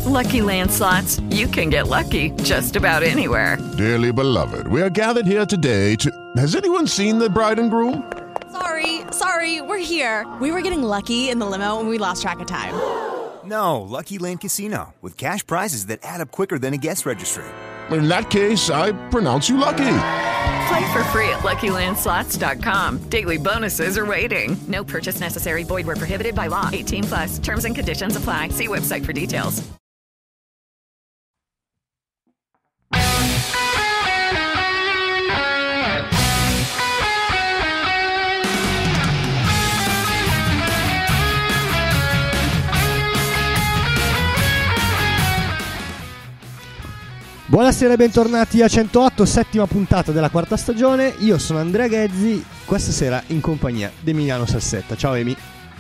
Lucky Land Slots, you can get lucky just about anywhere. Dearly beloved, we are gathered here today to... Has anyone seen the bride and groom? Sorry, we're here. We were getting lucky in the limo and we lost track of time. No, Lucky Land Casino, with cash prizes that add up quicker than a guest registry. In that case, I pronounce you lucky. Play for free at LuckyLandSlots.com. Daily bonuses are waiting. No purchase necessary. Void where prohibited by law. 18+. Terms and conditions apply. See website for details. Buonasera e bentornati a 108, settima puntata della quarta stagione. Io sono Andrea Ghezzi, questa sera in compagnia di Emiliano Sassetta. Ciao Emi.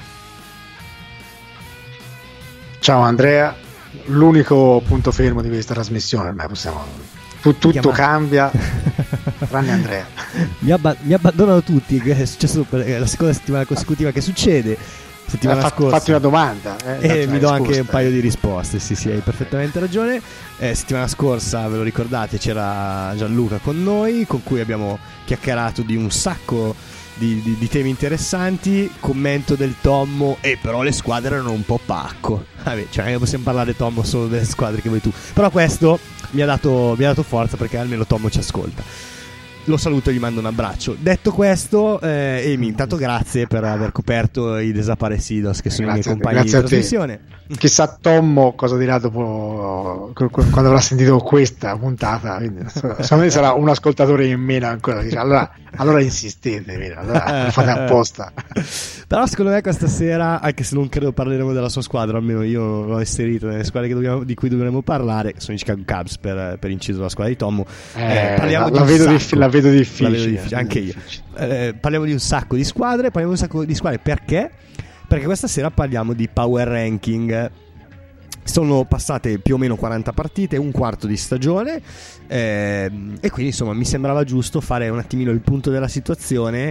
Ciao Andrea, l'unico punto fermo di questa trasmissione, ormai possiamo... tutto cambia, tranne Andrea. Mi abbandonano tutti, è successo per la seconda settimana consecutiva che succede. Settimana scorsa fatti una domanda e mi do anche un paio di risposte. Sì, hai perfettamente ragione. Settimana scorsa, ve lo ricordate, c'era Gianluca con noi, con cui abbiamo chiacchierato di un sacco di temi interessanti. Commento del Tommo, però le squadre erano un po' pacco. Vabbè, cioè non possiamo parlare Tommo solo delle squadre che vuoi tu, però questo mi ha dato forza, perché almeno Tommo ci ascolta. Lo saluto e gli mando un abbraccio. Detto questo, Emi, intanto grazie per aver coperto i Desaparecidos, che sono i miei compagni di trasmissione. Chissà Tommo cosa dirà dopo, quando avrà sentito questa puntata. Secondo me sarà un ascoltatore in meno ancora. Dice, allora insistete, allora fate apposta. Però secondo me questa sera, anche se non credo parleremo della sua squadra, almeno io l'ho inserito nelle squadre di cui dovremmo parlare, che sono i Chicago Cubs, per inciso la squadra di Tommo. Parliamo la vedo difficile. Anche io. Parliamo di un sacco di squadre. Perché? Perché questa sera parliamo di power ranking. Sono passate più o meno 40 partite, un quarto di stagione, e quindi insomma mi sembrava giusto fare un attimino il punto della situazione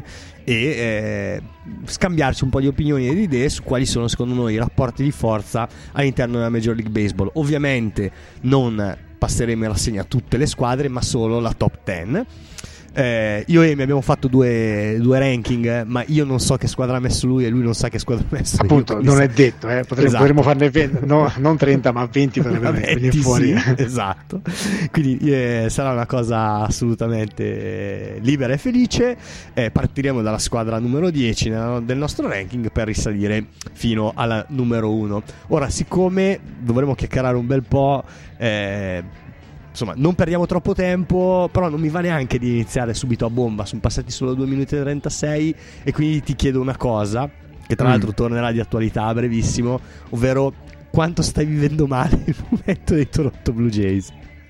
e scambiarci un po' di opinioni ed idee su quali sono secondo noi i rapporti di forza all'interno della Major League Baseball. Ovviamente non passeremo in rassegna tutte le squadre, ma solo la top 10. Io e Emi abbiamo fatto due ranking, ma io non so che squadra ha messo lui e lui non sa che squadra ha messo appunto io, non è detto, potremmo farne 20, non 30 ma 20 potrebbero venire fuori, sì, esatto. Quindi sarà una cosa assolutamente libera e felice. Partiremo dalla squadra numero 10 del nostro ranking per risalire fino alla numero 1. Ora, siccome dovremo chiacchierare un bel po', insomma, non perdiamo troppo tempo, però non mi va neanche di iniziare subito a bomba. Sono passati solo 2 minuti e 36 e quindi ti chiedo una cosa, che tra l'altro tornerà di attualità a brevissimo, ovvero quanto stai vivendo male il momento dei Toronto Blue Jays?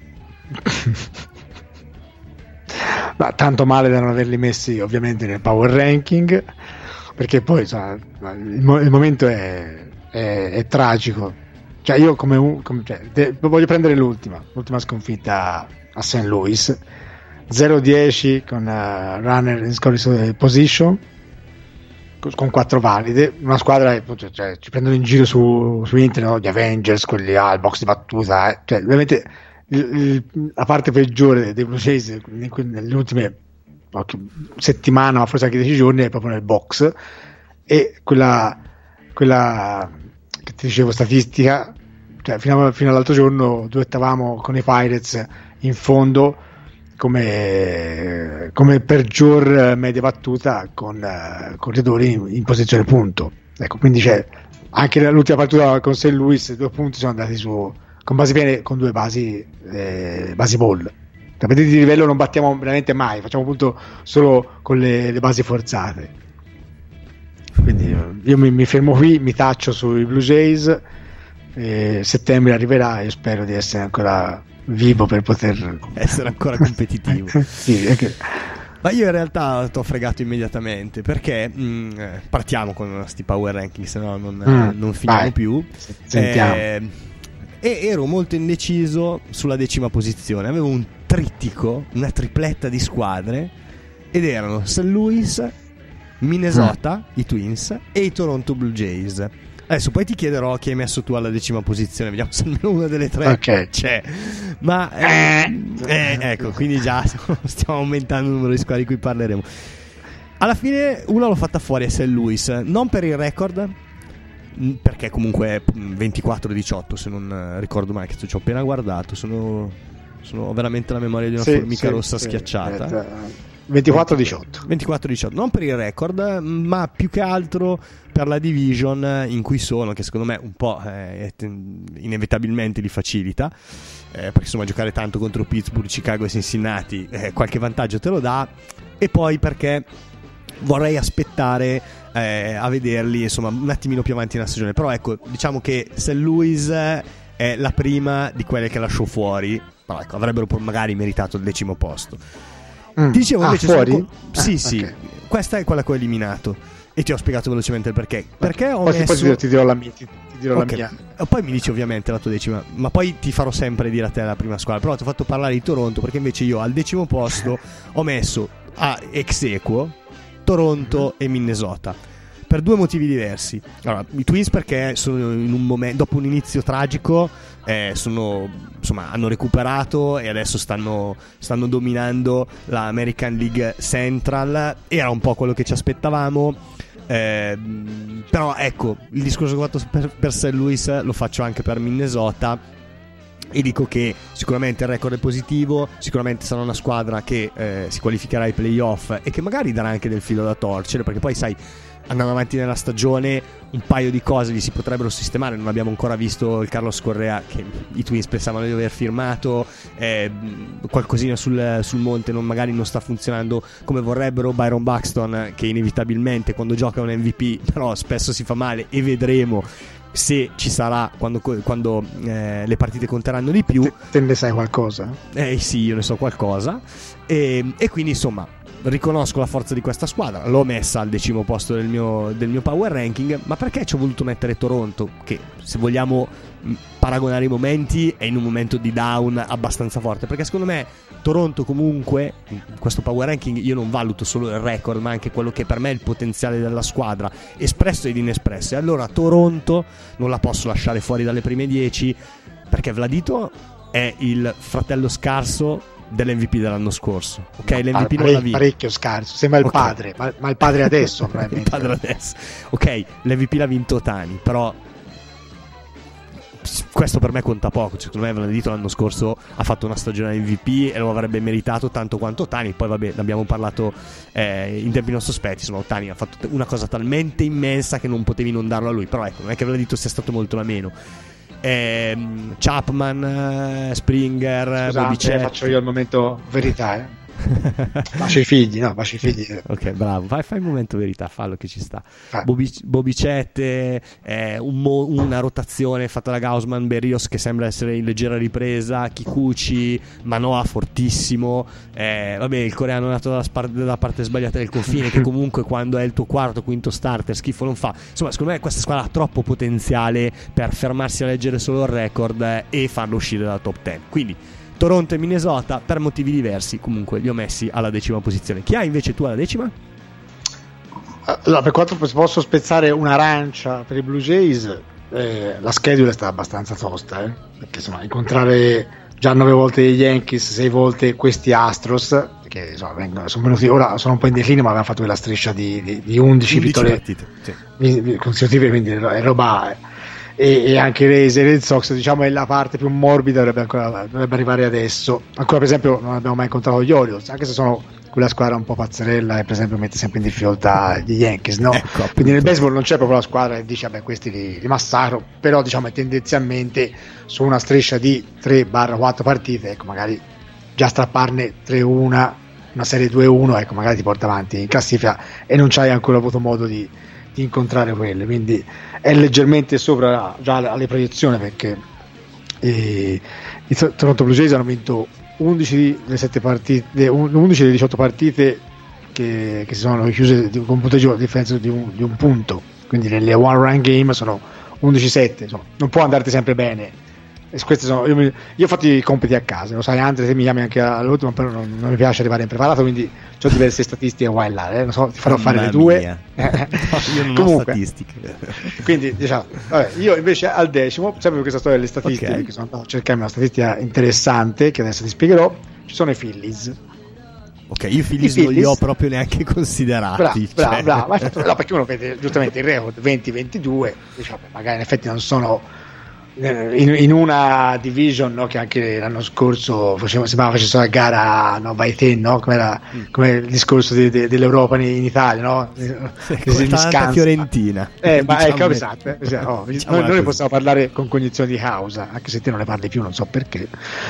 Ma tanto male da non averli messi ovviamente nel power ranking, perché poi il momento è tragico. Cioè io voglio prendere l'ultima sconfitta a St. Louis, 0-10 con runner in scoring position, con 4 valide, una squadra cioè, ci prendono in giro su internet, no? Gli Avengers, quelli al box di battuta, cioè veramente la parte peggiore dei Blue Jays nelle ultime settimane, ma forse anche 10 giorni, è proprio nel box. E quella che ti dicevo, statistica, cioè fino all'altro giorno duettavamo con i Pirates in fondo come peggior media battuta con corridori in posizione punto. Ecco, quindi c'è anche l'ultima partita con St. Louis, 2 punti sono andati su con basi piene, con 2 basi ball. Capite, di livello non battiamo veramente mai, facciamo punto solo con le basi forzate. Quindi io mi fermo qui, mi taccio sui Blue Jays. Settembre arriverà e spero di essere ancora vivo per poter essere ancora competitivo. Sì, ma io in realtà t'ho fregato immediatamente, perché partiamo con questi power ranking, se no non finiamo più. Sentiamo. E ero molto indeciso sulla 10ª posizione. Avevo un trittico, una tripletta di squadre, ed erano St. Louis, Minnesota, i Twins, e i Toronto Blue Jays. Adesso poi ti chiederò chi hai messo tu alla 10ª posizione, vediamo se almeno una delle tre c'è. Ma ecco, quindi già stiamo aumentando il numero di squadre di cui parleremo. Alla fine una l'ho fatta fuori, è St. Louis, non per il record, perché comunque è 24-18 se non ricordo male, che ci ho appena guardato, ho veramente la memoria di una formica rossa schiacciata. 24-18 non per il record, ma più che altro per la division in cui sono, che secondo me un po' inevitabilmente li facilita, perché insomma giocare tanto contro Pittsburgh, Chicago e Cincinnati qualche vantaggio te lo dà, e poi perché vorrei aspettare a vederli insomma un attimino più avanti nella stagione. Però ecco, diciamo che St. Louis è la prima di quelle che lascio fuori, però ecco, avrebbero magari meritato il 10° posto. Ti dicevo invece fuori? Sì, okay. Questa è quella che ho eliminato e ti ho spiegato velocemente il perché. Perché ho poi messo... ti dirò la mia. La mia. Poi mi dici ovviamente la tua 10ª, ma poi ti farò sempre dire a te la prima squadra. Però ti ho fatto parlare di Toronto perché invece io al 10° posto ho messo a ex aequo Toronto e Minnesota, per due motivi diversi. Allora, i Twins perché sono in un momento, dopo un inizio tragico, hanno recuperato e adesso stanno dominando la American League Central. Era un po' quello che ci aspettavamo, però ecco, il discorso che ho fatto per St. Louis lo faccio anche per Minnesota, e dico che sicuramente il record è positivo, sicuramente sarà una squadra che si qualificherà ai playoff e che magari darà anche del filo da torcere, perché poi sai, andando avanti nella stagione un paio di cose li si potrebbero sistemare. Non abbiamo ancora visto il Carlos Correa che i Twins pensavano di aver firmato, qualcosina sul monte magari non sta funzionando come vorrebbero. Byron Buxton, che inevitabilmente quando gioca un MVP però spesso si fa male, e vedremo se ci sarà quando le partite conteranno di più. Te ne sai qualcosa? Sì, io ne so qualcosa, e quindi insomma riconosco la forza di questa squadra, l'ho messa al 10° posto del mio power ranking. Ma perché ci ho voluto mettere Toronto, che se vogliamo paragonare i momenti è in un momento di down abbastanza forte? Perché secondo me Toronto comunque in questo power ranking io non valuto solo il record, ma anche quello che per me è il potenziale della squadra, espresso ed inespresso. E allora Toronto non la posso lasciare fuori dalle prime 10, perché Vladito è il fratello scarso dell'MVP dell'anno scorso. Ok, l'MVP non l'ha vinto, parecchio scarso, sembra il padre, ma il padre adesso il padre adesso. Ok, l'MVP l'ha vinto Ohtani, però questo per me conta poco. Secondo me Vladito l'anno scorso ha fatto una stagione MVP e lo avrebbe meritato tanto quanto Ohtani. Poi vabbè, ne abbiamo parlato in tempi non sospetti, insomma Ohtani ha fatto una cosa talmente immensa che non potevi non darlo a lui. Però ecco, non è che Vladito sia stato molto la meno. Chapman, Springer, Bobichet. Faccio io il momento verità, Baci i figli, ok, bravo, fai il momento verità, fallo che ci sta. Bobichet, una rotazione fatta da Gausman, Berrios che sembra essere in leggera ripresa, Kikuchi, Manoa fortissimo, il coreano nato dalla parte sbagliata del confine, che comunque quando è il tuo quarto, quinto starter schifo non fa. Insomma, secondo me questa squadra ha troppo potenziale per fermarsi a leggere solo il record e farlo uscire dalla top 10. Quindi Toronto e Minnesota, per motivi diversi, comunque li ho messi alla 10ª posizione. Chi hai invece tu alla 10ª? Allora, per quanto posso spezzare un'arancia per i Blue Jays, la schedule è stata abbastanza tosta, perché insomma incontrare già 9 volte gli Yankees, 6 volte questi Astros, che insomma, sono venuti, ora sono un po' in declino, ma avevano fatto quella striscia di 11 vittorie partite, consecutive, quindi è roba. E anche i Rays e i Red Sox, diciamo, è la parte più morbida, dovrebbe arrivare adesso. Ancora, per esempio, non abbiamo mai incontrato gli Orioles, anche se sono quella squadra un po' pazzerella e per esempio mette sempre in difficoltà gli Yankees, no? Ecco, quindi nel baseball non c'è proprio la squadra che dice vabbè, questi li massacro, però diciamo tendenzialmente su una striscia di 3-4 partite, ecco, magari già strapparne 3-1, una serie 2-1, ecco, magari ti porta avanti in classifica e non c'hai ancora avuto modo di incontrare quelle, quindi è leggermente sopra già alle proiezioni, perché i Toronto Blue Jays hanno vinto 11 delle 18 partite che si sono chiuse con punteggio a differenza di un punto, quindi nelle one run game sono 11-7, insomma non può andarti sempre bene, questi sono, io ho fatto i compiti a casa, lo sai Andre, se mi chiami anche all'ultimo, però non mi piace arrivare impreparato, quindi ho diverse statistiche qua e là, non so, ti farò fare le tue. No, io non Comunque, ho statistiche. Quindi diciamo, vabbè, io invece al 10º, sempre questa storia delle statistiche, Okay. perché sono andato a cercare una statistica interessante che adesso ti spiegherò. Ci sono i Phillies. Ok, io Phillies non li ho proprio neanche considerati. Bravo. No, perché uno vede giustamente il record 20-22, diciamo, magari in effetti non sono in una division, no, che anche l'anno scorso sembrava facessero la gara, no, by ten, no? Come il discorso dell'Europa in Italia, no? Tanta Fiorentina. Ma diciamo, esatto, diciamo noi ne possiamo parlare con cognizione di causa, anche se te non ne parli più, non so perché.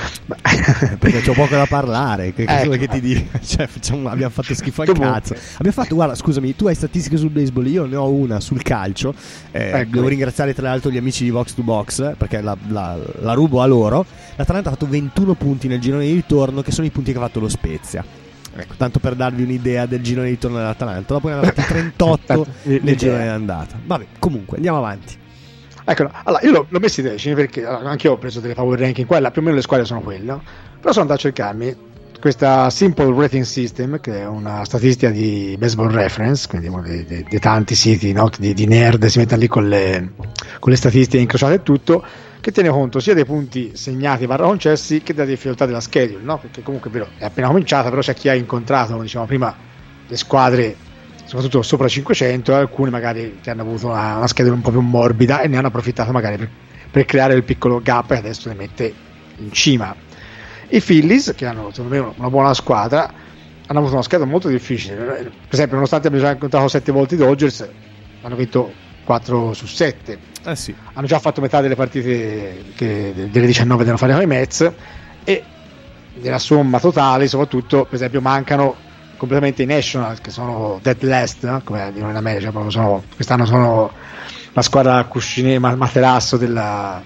Perché c'ho poco da parlare, che vuoi che ti dica? Cioè, abbiamo fatto schifo al cazzo. Abbiamo fatto, guarda, scusami, tu hai statistiche sul baseball, io ne ho una sul calcio. Devo ringraziare tra l'altro gli amici di Vox to Box, perché la rubo a loro. L'Atalanta ha fatto 21 punti nel girone di ritorno, che sono i punti che ha fatto lo Spezia. Ecco, tanto per darvi un'idea del girone di ritorno dell'Atalanta. Dopo ne hanno fatti 38 nel girone di andata. Vabbè, comunque andiamo avanti. Ecco, allora io l'ho messo in decimi perché anche io ho preso delle power ranking qua, più o meno le squadre sono quelle, no? Però sono andato a cercarmi questa Simple Rating System, che è una statistica di Baseball Reference, quindi uno dei tanti siti, no, di nerd si mettono lì con le statistiche incrociate e tutto, che tiene conto sia dei punti segnati / concessi che della difficoltà della schedule, no? Perché comunque è appena cominciata, però c'è chi ha incontrato, come dicevamo prima, le squadre soprattutto sopra 500, e alcune magari che hanno avuto una schedule un po' più morbida e ne hanno approfittato magari per creare il piccolo gap e adesso le mette in cima. I Phillies, che hanno secondo me una buona squadra, hanno avuto una scheda molto difficile. Per esempio, nonostante abbiano già incontrato 7 volte i Dodgers, hanno vinto 4 su 7. Sì. Hanno già fatto metà delle partite delle 19 devono fare con i Mets, e nella somma totale soprattutto, per esempio, mancano completamente i Nationals, che sono dead last, no? Come dicono in America, proprio quest'anno sono la squadra cuscine materasso della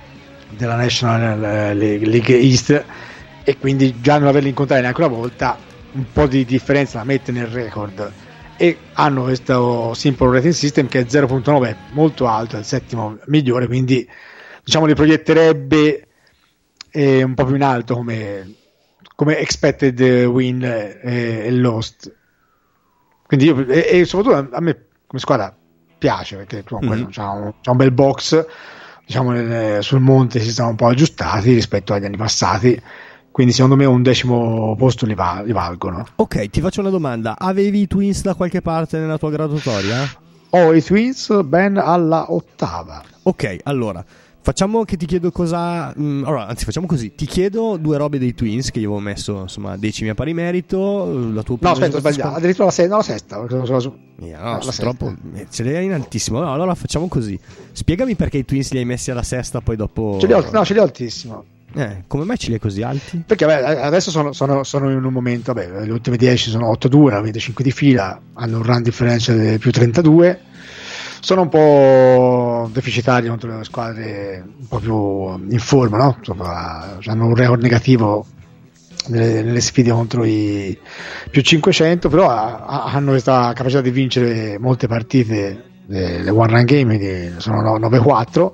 National League East, e quindi già non averli incontrati neanche una volta un po' di differenza la mette nel record. E hanno questo Simple Rating System che è 0.9, molto alto, è il settimo migliore, quindi diciamo li proietterebbe un po' più in alto come expected win e lost. Quindi io, e soprattutto a me come squadra piace, perché c'ha un bel box, diciamo sul monte si stanno un po' aggiustati rispetto agli anni passati, quindi secondo me un 10° posto li valgono. Ok, ti faccio una domanda: avevi i Twins da qualche parte nella tua graduatoria? Ho i Twins ben alla 8ª. Ok, allora facciamo che ti chiedo facciamo così: ti chiedo 2 robe dei Twins che io avevo messo, insomma, decimi a pari merito. La tua no, aspetta, ho sbagliato, addirittura la sesta. Troppo, ce l'hai in altissimo. No, allora facciamo così: spiegami perché i Twins li hai messi alla sesta, poi dopo ce li ho altissimo. Come mai ce li hai così alti? Perché adesso sono in un momento, le ultime 10 sono 8-2, avete 5 di fila, hanno un run differential più 32, sono un po' deficitari contro le squadre un po' più in forma, no? Hanno un record negativo nelle sfide contro i più 500, però hanno questa capacità di vincere molte partite, le one run game, sono 9-4.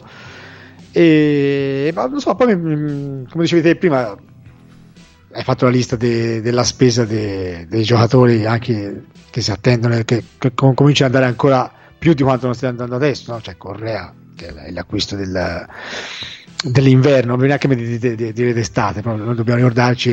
Ma non so, poi come dicevi te prima, hai fatto la lista della spesa dei giocatori anche che si attendono, che cominciano ad andare ancora più di quanto non stia andando adesso, no? C'è Correa, che è l'acquisto dell'inverno, non bisogna neanche dire d'estate, però noi dobbiamo ricordarci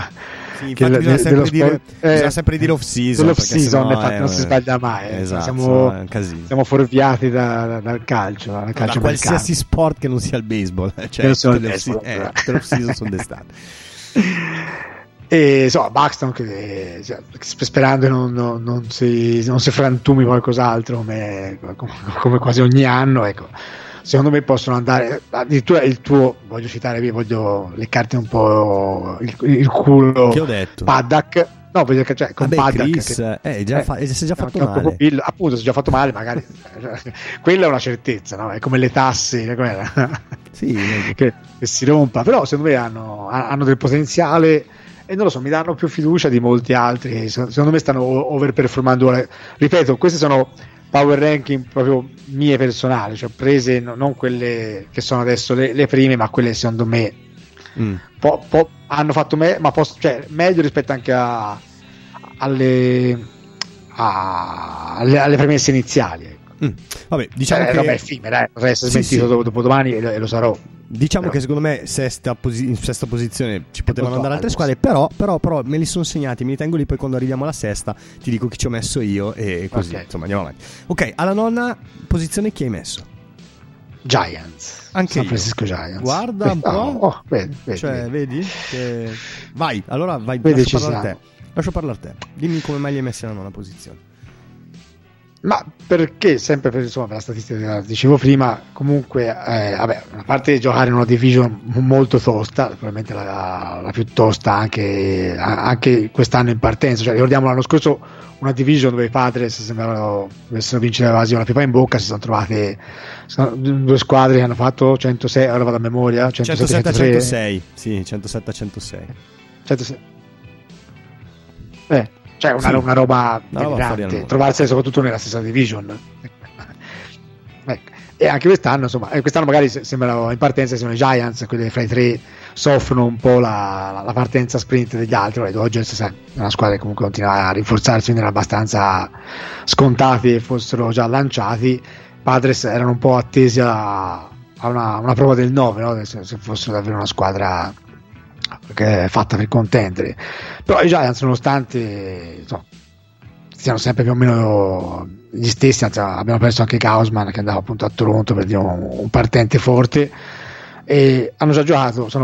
bisogna sempre dire off season, non si sbaglia mai, esatto, siamo fuorviati dal calcio, da qualsiasi sport che non sia il baseball, cioè l'off season sono d'estate. E Buxton che sperando non si frantumi qualcos'altro come quasi ogni anno, ecco. Secondo me possono andare addirittura il tuo, voglio leccarti un po' il culo, che ho detto Paddock, no, perché con Paddock Chris, si è già fatto male, appunto, si è già fatto male, magari quella è una certezza, no? È come le tasse sì, che si rompa, però secondo me hanno del potenziale, e non lo so, mi danno più fiducia di molti altri. Secondo me stanno overperformando. Ripeto, queste sono power ranking proprio mie personali, cioè prese non quelle che sono adesso le prime, ma quelle secondo me hanno fatto cioè, meglio rispetto anche alle premesse iniziali, ecco. Vabbè, diciamo che roba effimera, potrei essere smentito dopo domani e lo sarò. Diciamo che secondo me in sesta posizione ci potevano andare altre squadre, però me li sono segnati, me li tengo lì, poi quando arriviamo alla sesta ti dico chi ci ho messo io e così, insomma, andiamo avanti. Ok, alla nona posizione chi hai messo? Giants. Anche San Francisco Giants. Guarda un po'. Vedi. Cioè, vedi? Vai, allora vai, lascio parlare a te. Dimmi come mai li hai messi alla nona posizione. Ma perché, sempre per la statistica che dicevo prima, comunque a parte giocare in una division molto tosta, probabilmente la più tosta anche quest'anno in partenza, cioè ricordiamo l'anno scorso una division dove i Padres sembravano dovessero vincere la pipa in bocca, si sono trovate due squadre che hanno fatto 106, ora vado a memoria, 107-106, sì, 107-106. 106. Cioè una roba delirante, trovarsi soprattutto nella stessa division. E anche quest'anno, insomma, quest'anno magari sembrano in partenza sono i Giants, quelli fra i tre soffrono un po' la partenza sprint degli altri. I Dodgers è una squadra che comunque continua a rinforzarsi, quindi era abbastanza scontati e fossero già lanciati. Padres erano un po' attesi a una prova del 9, no? Se fossero davvero una squadra che è fatta per contendere. Però i Giants, nonostante siano sempre più o meno gli stessi, anzi, abbiamo perso anche Gausman che andava appunto a Toronto per dire un partente forte, e hanno già giocato, sono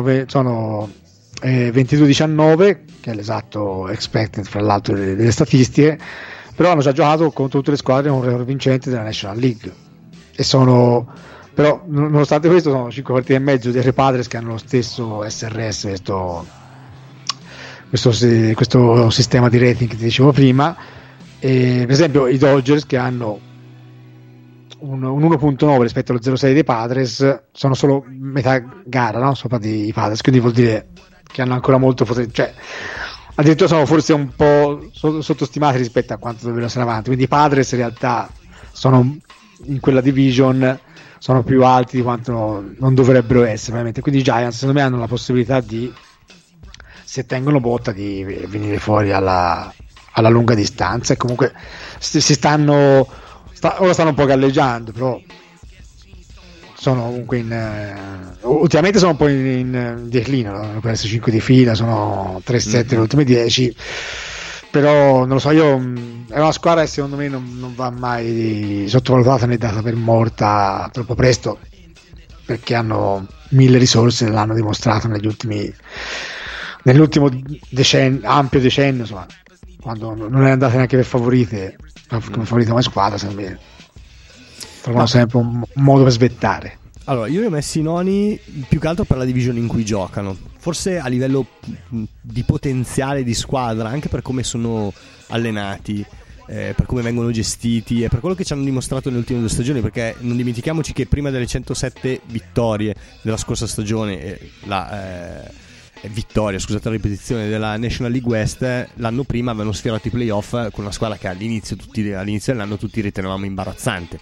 22-19 che è l'esatto expected fra l'altro delle statistiche, però hanno già giocato contro tutte le squadre con un record vincente della National League, e però nonostante questo sono 5 partite e mezzo dei Padres che hanno lo stesso SRS, questo sistema di rating che ti dicevo prima. E per esempio i Dodgers, che hanno un 1.9 rispetto allo 0.6 dei Padres, sono solo metà gara, no? Sopra dei Padres, quindi vuol dire che hanno ancora molto potere, cioè addirittura sono forse un po' sottostimati rispetto a quanto dovrebbero essere avanti, quindi i Padres in realtà sono in quella division, sono più alti di quanto non dovrebbero essere veramente. Quindi i Giants secondo me hanno la possibilità di, se tengono botta, di venire fuori alla lunga distanza, e comunque ora stanno un po' galleggiando, però sono comunque ultimamente sono un po' in declino, no? Per essere 5 di fila, sono 3-7 le ultime 10, però non lo so, è una squadra che secondo me non va mai sottovalutata né data per morta troppo presto, perché hanno 1000 risorse, l'hanno dimostrato nell'ultimo ampio decennio, insomma, quando non è andata neanche per favorite come squadra, secondo me trovano sempre un modo per svettare. Allora, io li ho messi noni più che altro per la division in cui giocano, forse a livello di potenziale di squadra, anche per come sono allenati, per come vengono gestiti e per quello che ci hanno dimostrato nelle ultime 2 stagioni, perché non dimentichiamoci che prima delle 107 vittorie della scorsa stagione, vittoria, scusate la ripetizione, della National League West, l'anno prima avevano sfiorato i playoff con una squadra che all'inizio dell'anno tutti ritenevamo imbarazzante.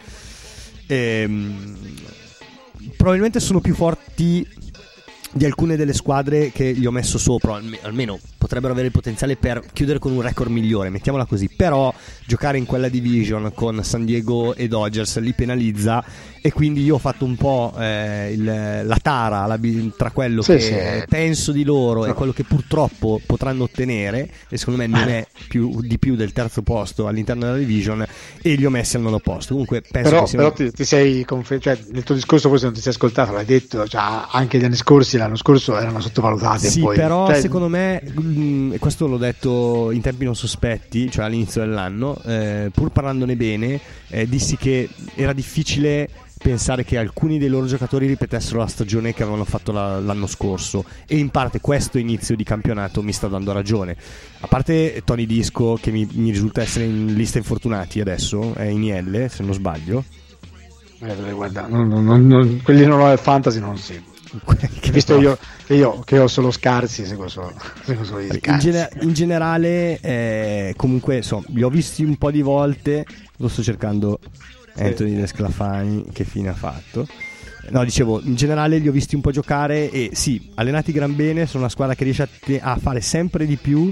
Probabilmente sono più forti di alcune delle squadre che gli ho messo sopra, almeno potrebbero avere il potenziale per chiudere con un record migliore, mettiamola così. Però giocare in quella division con San Diego e Dodgers li penalizza, e quindi io ho fatto un po' la tara tra quello che penso di loro e quello che purtroppo potranno ottenere, e secondo me non è di più del terzo posto all'interno della division, e li ho messi al nono posto. Comunque penso però ti sei cioè, nel tuo discorso forse non ti sei ascoltato, l'hai detto, cioè, anche l'anno scorso erano sottovalutati. Sì, poi, però secondo me, e questo l'ho detto in tempi non sospetti, cioè all'inizio dell'anno, pur parlandone bene, dissi che era difficile pensare che alcuni dei loro giocatori ripetessero la stagione che avevano fatto l'anno scorso, e in parte questo inizio di campionato mi sta dando ragione. A parte Tony Disco, che mi risulta essere in lista infortunati adesso, è in IL se non sbaglio. Guarda, quelli non ho il fantasy, non seguo. Visto io che ho solo scarsi, seguo solo gli scarsi. In generale, comunque, insomma, li ho visti un po' di volte. Lo sto cercando. Anthony Desclafani, che fine ha fatto? No, dicevo, in generale li ho visti un po' giocare e sì, allenati gran bene, sono una squadra che riesce a fare sempre di più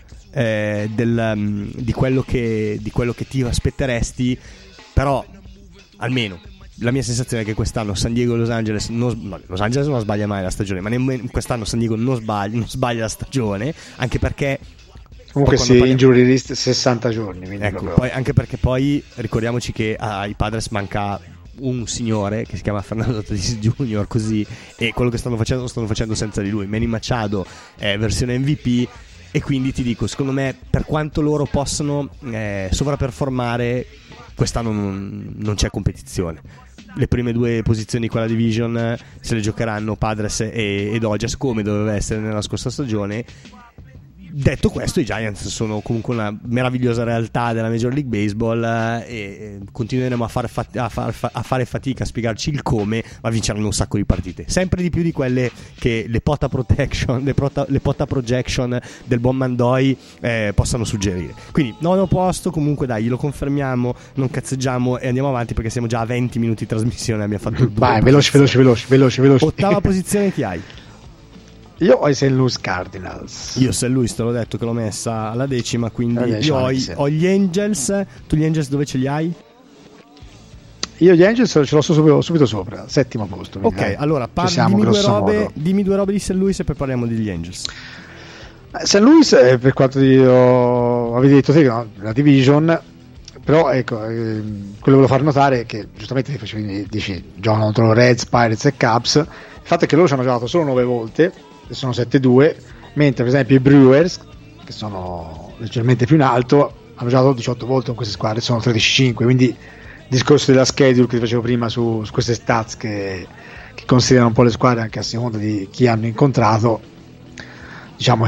di quello che ti aspetteresti, però almeno la mia sensazione è che quest'anno San Diego e Los Angeles Los Angeles non sbaglia mai la stagione, ma nemmeno quest'anno San Diego non sbaglia la stagione, anche perché comunque injury list 60 giorni, ecco, poi, anche perché poi ricordiamoci che ai Padres manca un signore che si chiama Fernando Tatis Jr., così, e quello che stanno facendo senza di lui. Manny Machado è versione MVP, e quindi ti dico, secondo me, per quanto loro possano sovraperformare, quest'anno non c'è competizione. Le prime due posizioni di quella division se le giocheranno Padres e Dodgers, come doveva essere nella scorsa stagione. Detto questo, i Giants sono comunque una meravigliosa realtà della Major League Baseball, e continueremo a fare fatica a spiegarci il come, ma vinceranno un sacco di partite, sempre di più di quelle che le pota projection del buon Mandoi possano suggerire. Quindi nono posto, comunque dai, lo confermiamo, non cazzeggiamo e andiamo avanti, perché siamo già a 20 minuti di trasmissione, abbiamo fatto vai, veloce. Ottava posizione chi hai? Io ho i St. Louis Cardinals. Io St. Louis te l'ho detto che l'ho messa alla decima, quindi io ho gli Angels. Tu gli Angels dove ce li hai? Io gli Angels ce l'ho subito sopra, settimo posto. Ok, dai. Allora dimmi due robe di St. Louis e poi parliamo degli Angels. St. Louis, per quanto avevi detto te, no? La division, però ecco, quello che volevo far notare è che giustamente dici giocano contro Reds, Pirates e Cubs. Il fatto è che loro ci hanno giocato solo 9 volte, sono 7-2, mentre per esempio i Brewers, che sono leggermente più in alto, hanno giocato 18 volte con queste squadre, sono 13-5, quindi il discorso della schedule che ti facevo prima su queste stats che considerano un po' le squadre anche a seconda di chi hanno incontrato, diciamo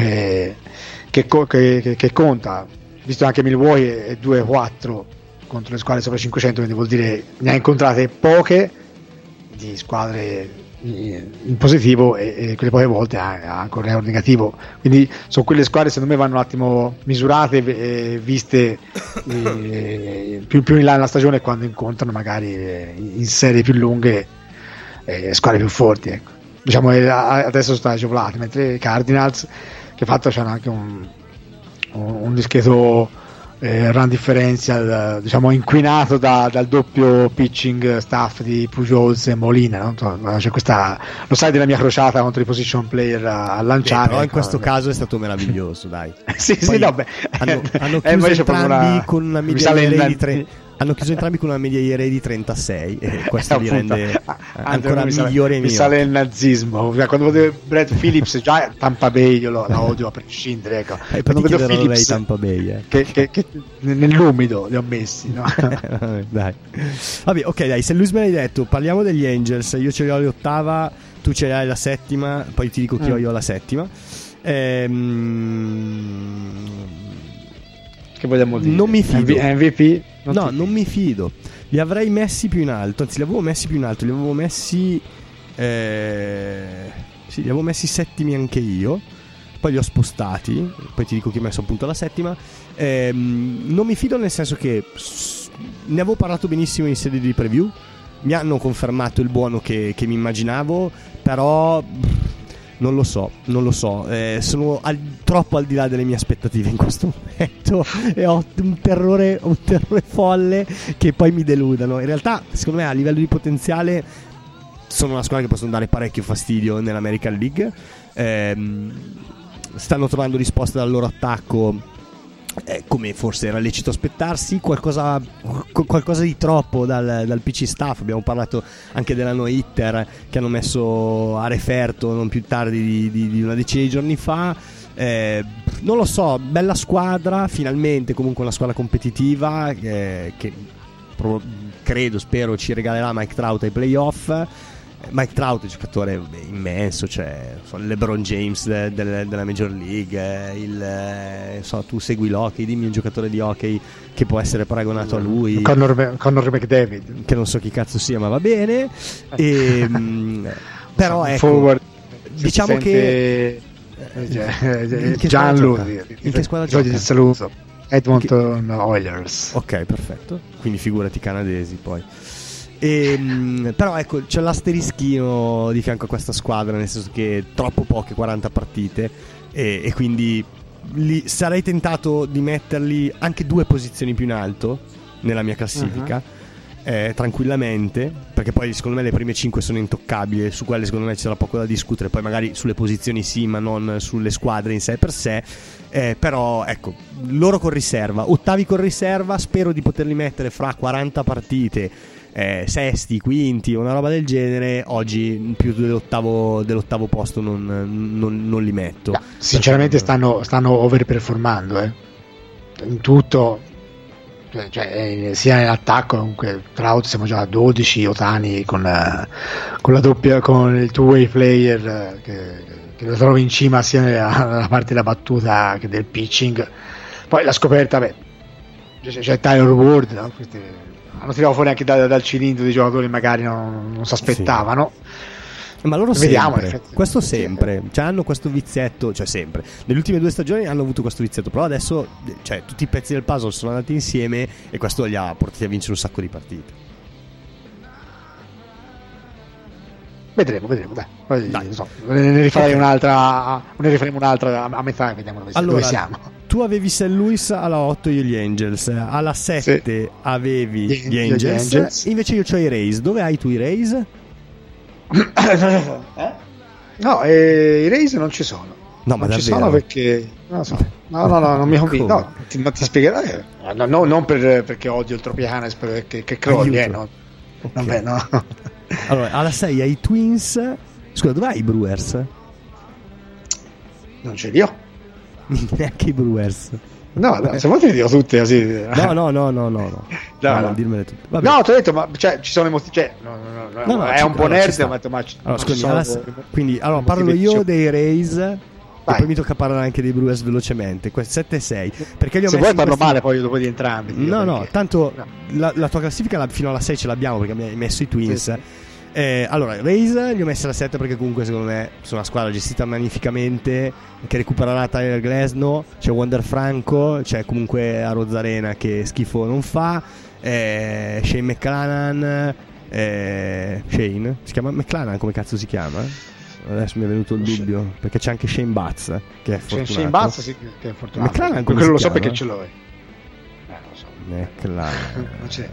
che conta, visto anche Milwaukee è 2-4 contro le squadre sopra 500, quindi vuol dire ne ha incontrate poche di squadre in positivo e quelle poche volte ha anche un record negativo, quindi sono quelle squadre secondo me vanno un attimo misurate e viste più in là nella stagione, quando incontrano magari in serie più lunghe squadre più forti, ecco. Diciamo adesso sono state agevolate, mentre i Cardinals, che fatto c'hanno anche un discreto run differential, diciamo inquinato dal doppio pitching staff di Pujols e Molina, no? C'è questa, lo sai della mia crociata contro i position player a lanciare, però in questo caso è stato meraviglioso, dai. sì, no, beh. Hanno chiuso entrambi con una media di hanno chiuso entrambi con una media ERA di 36, e questo li rende ancora migliori. Mi sale il nazismo, quando vedo Brad Phillips, già Tampa Bay io la odio a prescindere, ecco. Quando vedo Phillips Tampa Bay, che nell'umido li ho messi, no? Dai. Vabbè, ok, dai, se lui me l'hai detto, parliamo degli Angels. Io ce li ho l'ottava, tu ce l'hai la settima, poi ti dico che io ho la settima. Che vogliamo dire? Non mi fido. MVP? Non mi fido. Li avrei messi più in alto. Anzi, li avevo messi più in alto. Li avevo messi settimi anche io. Poi li ho spostati. Poi ti dico che ho messo appunto la settima. Non mi fido, nel senso che ne avevo parlato benissimo in sede di preview. Mi hanno confermato il buono che mi immaginavo. Però non lo so, sono troppo al di là delle mie aspettative in questo momento, e ho un terrore folle che poi mi deludano. In realtà, secondo me, a livello di potenziale sono una squadra che possono dare parecchio fastidio nell'American League. Stanno trovando risposte dal loro attacco, come forse era lecito aspettarsi, qualcosa di troppo dal PC staff. Abbiamo parlato anche della no-hitter che hanno messo a referto non più tardi di una decina di giorni fa. Non lo so, bella squadra finalmente, comunque una squadra competitiva che spero ci regalerà Mike Trout ai playoff. Mike Trout è un giocatore immenso, cioè LeBron James della Major League, tu segui l'hockey, dimmi un giocatore di hockey che può essere paragonato a lui. Connor McDavid, che non so chi cazzo sia, ma va bene. E Però ecco, forward, diciamo che Gianlu, in che squadra gioca? Ti saluto. Edmonton Oilers. Ok, perfetto. Quindi figurati canadesi poi. Però ecco, c'è l'asterischino di fianco a questa squadra, nel senso che troppo poche 40 partite e quindi sarei tentato di metterli anche 2 posizioni più in alto nella mia classifica, tranquillamente, perché poi secondo me le prime 5 sono intoccabili, su quelle secondo me c'era poco da discutere, poi magari sulle posizioni sì, ma non sulle squadre in sé per sé. Però ecco, loro con riserva, ottavi con riserva, spero di poterli mettere fra 40 partite, sesti, quinti, una roba del genere. Oggi più dell'ottavo posto non li metto. No, sinceramente stanno overperformando in tutto, cioè, sia nell'attacco, comunque tra l'altro siamo già a 12, Otani con la doppia, con il two-way player che lo trovi in cima sia nella parte della battuta che del pitching. Poi la scoperta, c'è Tyler Ward, no? Hanno tirato fuori anche dal cilindro di giocatori magari non si aspettavano. Sì. Ma loro vediamo, sempre, questo sempre, cioè hanno questo vizietto, cioè sempre. Nelle ultime 2 stagioni hanno avuto questo vizietto, però adesso cioè, tutti i pezzi del puzzle sono andati insieme e questo li ha portati a vincere un sacco di partite. Vedremo, dai. Non so, ne rifarei un'altra a metà e vediamo dove siamo. Tu avevi St. Louis alla 8, io gli Angels, alla 7 sì. Avevi gli Angels. Invece io c'ho i Rays. Dove hai tu i Rays? No, i Rays non ci sono. No, ma non davvero? Ci sono perché non lo so. No, non mi convinco. No, ti spiegherò. No, non perché odio il Tropicana, spero che crolli, no. Okay. Vabbè, no. Allora, alla 6 hai i Twins. Scusa, dove hai i Brewers? Non ce li ho. Neanche i Brewers. No, se vuoi te le dico tutte così. No. Dirmele tutte. Vabbè. No, ti ho detto, ma cioè, ci sono emozioni. No, è un po' nerd, ma quindi parlo io dei Rays. E poi mi tocca parlare anche dei Brewers velocemente. 7-6. Perché li ho se vuoi parlo male poi dopo di entrambi. No, tanto la tua classifica fino alla 6 ce l'abbiamo perché mi hai messo i Twins. Sì. Allora, Rays li ho messi alla 7 perché comunque secondo me sono una squadra gestita magnificamente, che recupererà Tyler Glasnow, c'è Wander Franco, c'è comunque a Rozzarena che schifo non fa, Shane McClanahan, Shane? Si chiama McClanahan, come cazzo si chiama? Adesso mi è venuto il dubbio perché c'è anche Shane Batts che è fortunato. Shane Batts sì, che è fortunato. McClanahan quello lo so perché ce l'ho. Non lo so. McClanahan. Non c'è.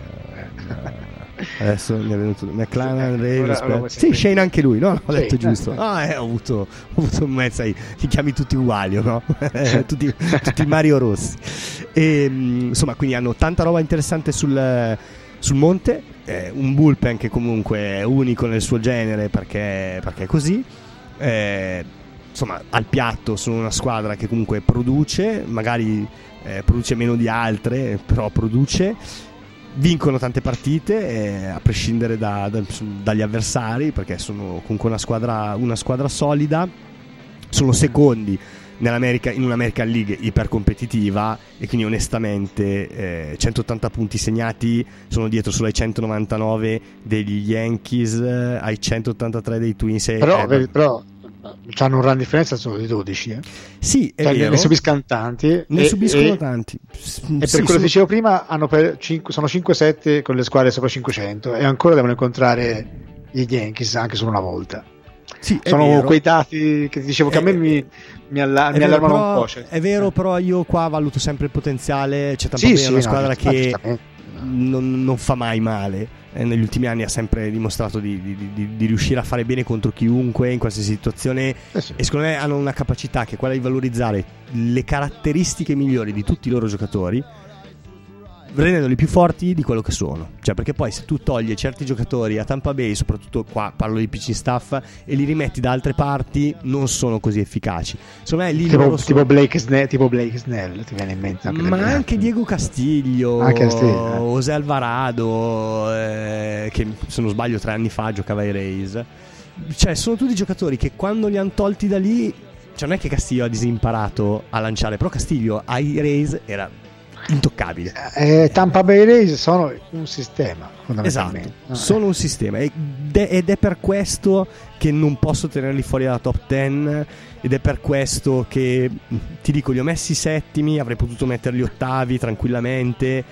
Adesso mi è venuto McClanahan, Rays. Sì, Shane anche lui, no? Ho detto giusto. Ho avuto un mezzo, li chiami tutti uguali, no? tutti Mario Rossi. E insomma, quindi hanno tanta roba interessante sul monte, un bullpen che comunque è unico nel suo genere perché è così. Insomma, al piatto sono una squadra che comunque produce, magari produce meno di altre, però produce. Vincono tante partite a prescindere dagli avversari, perché sono comunque una squadra solida. Sono secondi in un'American League iper competitiva e quindi onestamente 180 punti segnati, sono dietro solo ai 199 degli Yankees, ai 183 dei Twins. Però hanno un run differenza solo di 12 Sì, è vero. Ne subiscono tanti. Tanti. E per quello che dicevo prima sono 5-7 con le squadre sopra 500 e ancora devono incontrare gli Yankees anche solo una volta. Sì, sono quei dati che ti dicevo che a me mi allarmano un po'. Cioè. È vero, però io qua valuto sempre il potenziale. C'è Tampa Bay, una squadra che non fa mai male. Negli ultimi anni ha sempre dimostrato di riuscire a fare bene contro chiunque in qualsiasi situazione. Sì. E secondo me hanno una capacità che è quella di valorizzare le caratteristiche migliori di tutti i loro giocatori, rendendoli più forti di quello che sono. Cioè, perché poi se tu togli certi giocatori a Tampa Bay, soprattutto qua parlo di pitching staff, e li rimetti da altre parti, non sono così efficaci. Secondo me lì tipo Blake Snell ti viene in mente anche Diego Castillo, José Alvarado, che se non sbaglio 3 anni fa giocava ai Rays. Cioè sono tutti giocatori che quando li hanno tolti da lì, cioè non è che Castillo ha disimparato a lanciare, però Castillo ai Rays era intoccabile. Tampa Bay Rays sono un sistema, fondamentalmente. Esatto, sono un sistema ed è per questo che non posso tenerli fuori dalla top 10, ed è per questo che ti dico, li ho messi settimi, avrei potuto metterli ottavi tranquillamente,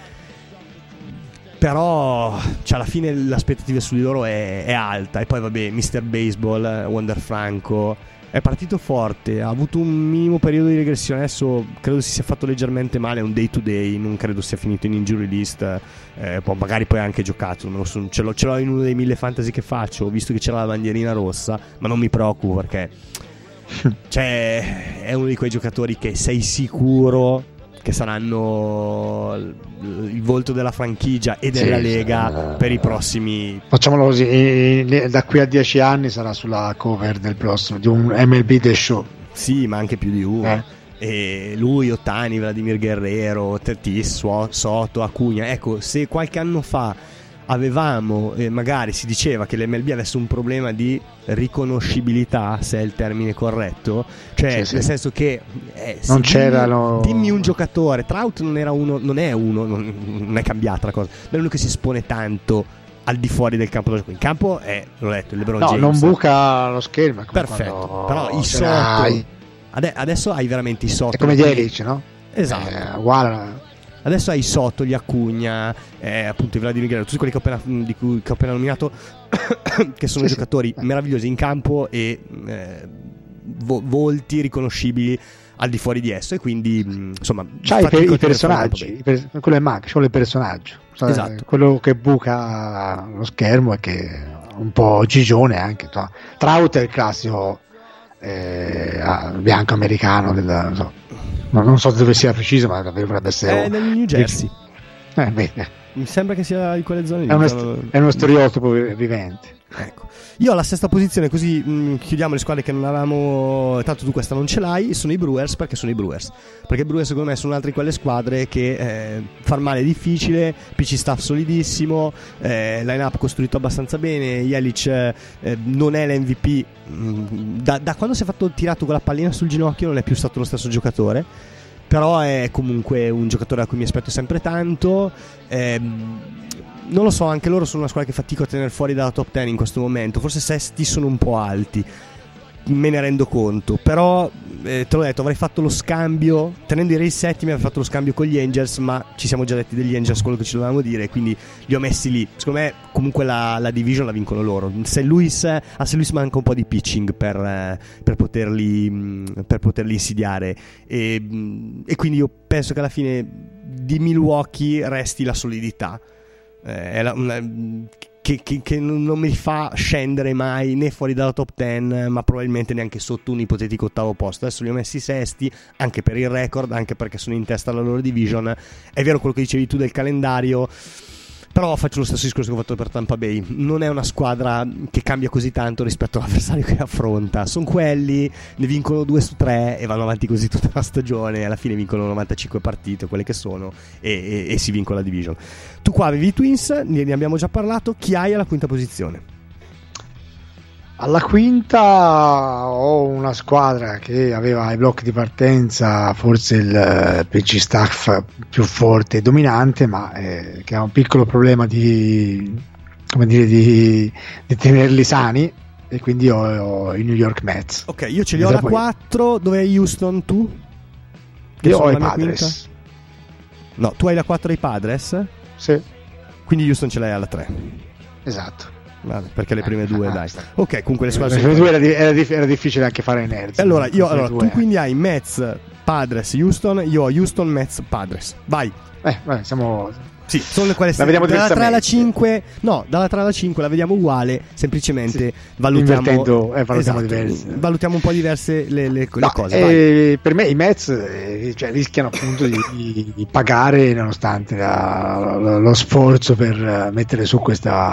però cioè, alla fine l'aspettativa su di loro è alta. E poi vabbè, Mr. Baseball, Wander Franco è partito forte, ha avuto un minimo periodo di regressione, adesso credo si sia fatto leggermente male, è un day to day, non credo sia finito in injury list, magari poi ha anche giocato, ce l'ho in uno dei 1000 fantasy che faccio, ho visto che c'era la bandierina rossa, ma non mi preoccupo perché cioè, è uno di quei giocatori che sei sicuro che saranno il volto della franchigia e della Lega per i prossimi. Facciamolo così, da qui a 10 anni sarà sulla cover del prossimo di un MLB The Show. Sì, ma anche più di uno. E lui, Ohtani, Vladimir Guerrero, Tatis, Soto, Acuna. Ecco, se qualche anno fa avevamo, magari si diceva che l'MLB avesse un problema di riconoscibilità, se è il termine corretto, cioè nel senso che non c'erano. Dimmi un giocatore. Trout non è cambiata la cosa, non è uno che si espone tanto al di fuori del campo da gioco. In campo l'ho detto, LeBron James non buca lo schermo, perfetto, però i Soto adesso hai veramente i Soto, è come Jelic, no? Esatto, uguale. Adesso hai Soto, gli Acuna, appunto i Vladimir Guerrero, tutti quelli di cui ho appena nominato, che sono giocatori meravigliosi in campo e volti riconoscibili al di fuori di esso, e quindi insomma c'hai i personaggi, quello è manca, ci vuole il personaggio, esatto. Quello che buca lo schermo è che è un po' gigione anche. Trout è il classico bianco americano non so dove sia preciso, ma davvero dovrebbe essere nel New Jersey. Mi sembra che sia di quelle zone lì. È uno stereotipo vivente. Ecco, io alla sesta posizione, così chiudiamo le squadre che non avevamo. Tanto tu questa non ce l'hai, sono i Brewers. Perché sono i Brewers? Perché i Brewers secondo me sono altre di quelle squadre che far male è difficile, PC staff solidissimo, line-up costruito abbastanza bene. Yelich non è l'MVP da quando si è fatto tirato con la pallina sul ginocchio, non è più stato lo stesso giocatore, però è comunque un giocatore a cui mi aspetto sempre tanto. Non lo so, anche loro sono una squadra che fatico a tenere fuori dalla top 10 in questo momento. Forse sesti sono un po' alti, me ne rendo conto, però te l'ho detto, avrei fatto lo scambio tenendo i Rays settimi, avrei fatto lo scambio con gli Angels, ma ci siamo già detti degli Angels quello che ci dovevamo dire, quindi li ho messi lì. Secondo me comunque la division la vincono loro. A St. Louis manca un po' di pitching per poterli insidiare, e quindi io penso che alla fine di Milwaukee resti la solidità, che non mi fa scendere mai né fuori dalla top 10, ma probabilmente neanche sotto un ipotetico ottavo posto. Adesso li ho messi sesti, anche per il record, anche perché sono in testa alla loro division. È vero quello che dicevi tu del calendario, però faccio lo stesso discorso che ho fatto per Tampa Bay. Non è una squadra che cambia così tanto rispetto all'avversario che affronta. Sono quelli, ne vincono 2 su 3 e vanno avanti così tutta la stagione. Alla fine vincono 95 partite, quelle che sono, e si vincono la division. Tu qua avevi i Twins, ne abbiamo già parlato. Chi hai alla quinta posizione? Alla quinta ho una squadra che aveva ai blocchi di partenza forse il PC staff più forte e dominante, ma che ha un piccolo problema di tenerli sani, e quindi ho i New York Mets. Ok, io ce li ho alla 4. Dove hai Houston tu? Io ho i Padres. No, tu hai la 4 ai Padres? Sì. Quindi Houston ce l'hai alla 3. Esatto. Vabbè, perché le prime due, dai. Ok, comunque le squadre. Le prime due era difficile anche fare inerzia. Allora, tu quindi hai Mets, Padres, Houston. Io ho Houston, Mets, Padres. Vai. Vabbè, siamo. Sì, sono le quelle. La vediamo dalla 3 alla 5. No, dalla 3 alla 5 la vediamo uguale. Semplicemente valutiamo diverse. Valutiamo un po' diverse le cose. Per me i Mets rischiano appunto di pagare, nonostante lo sforzo per mettere su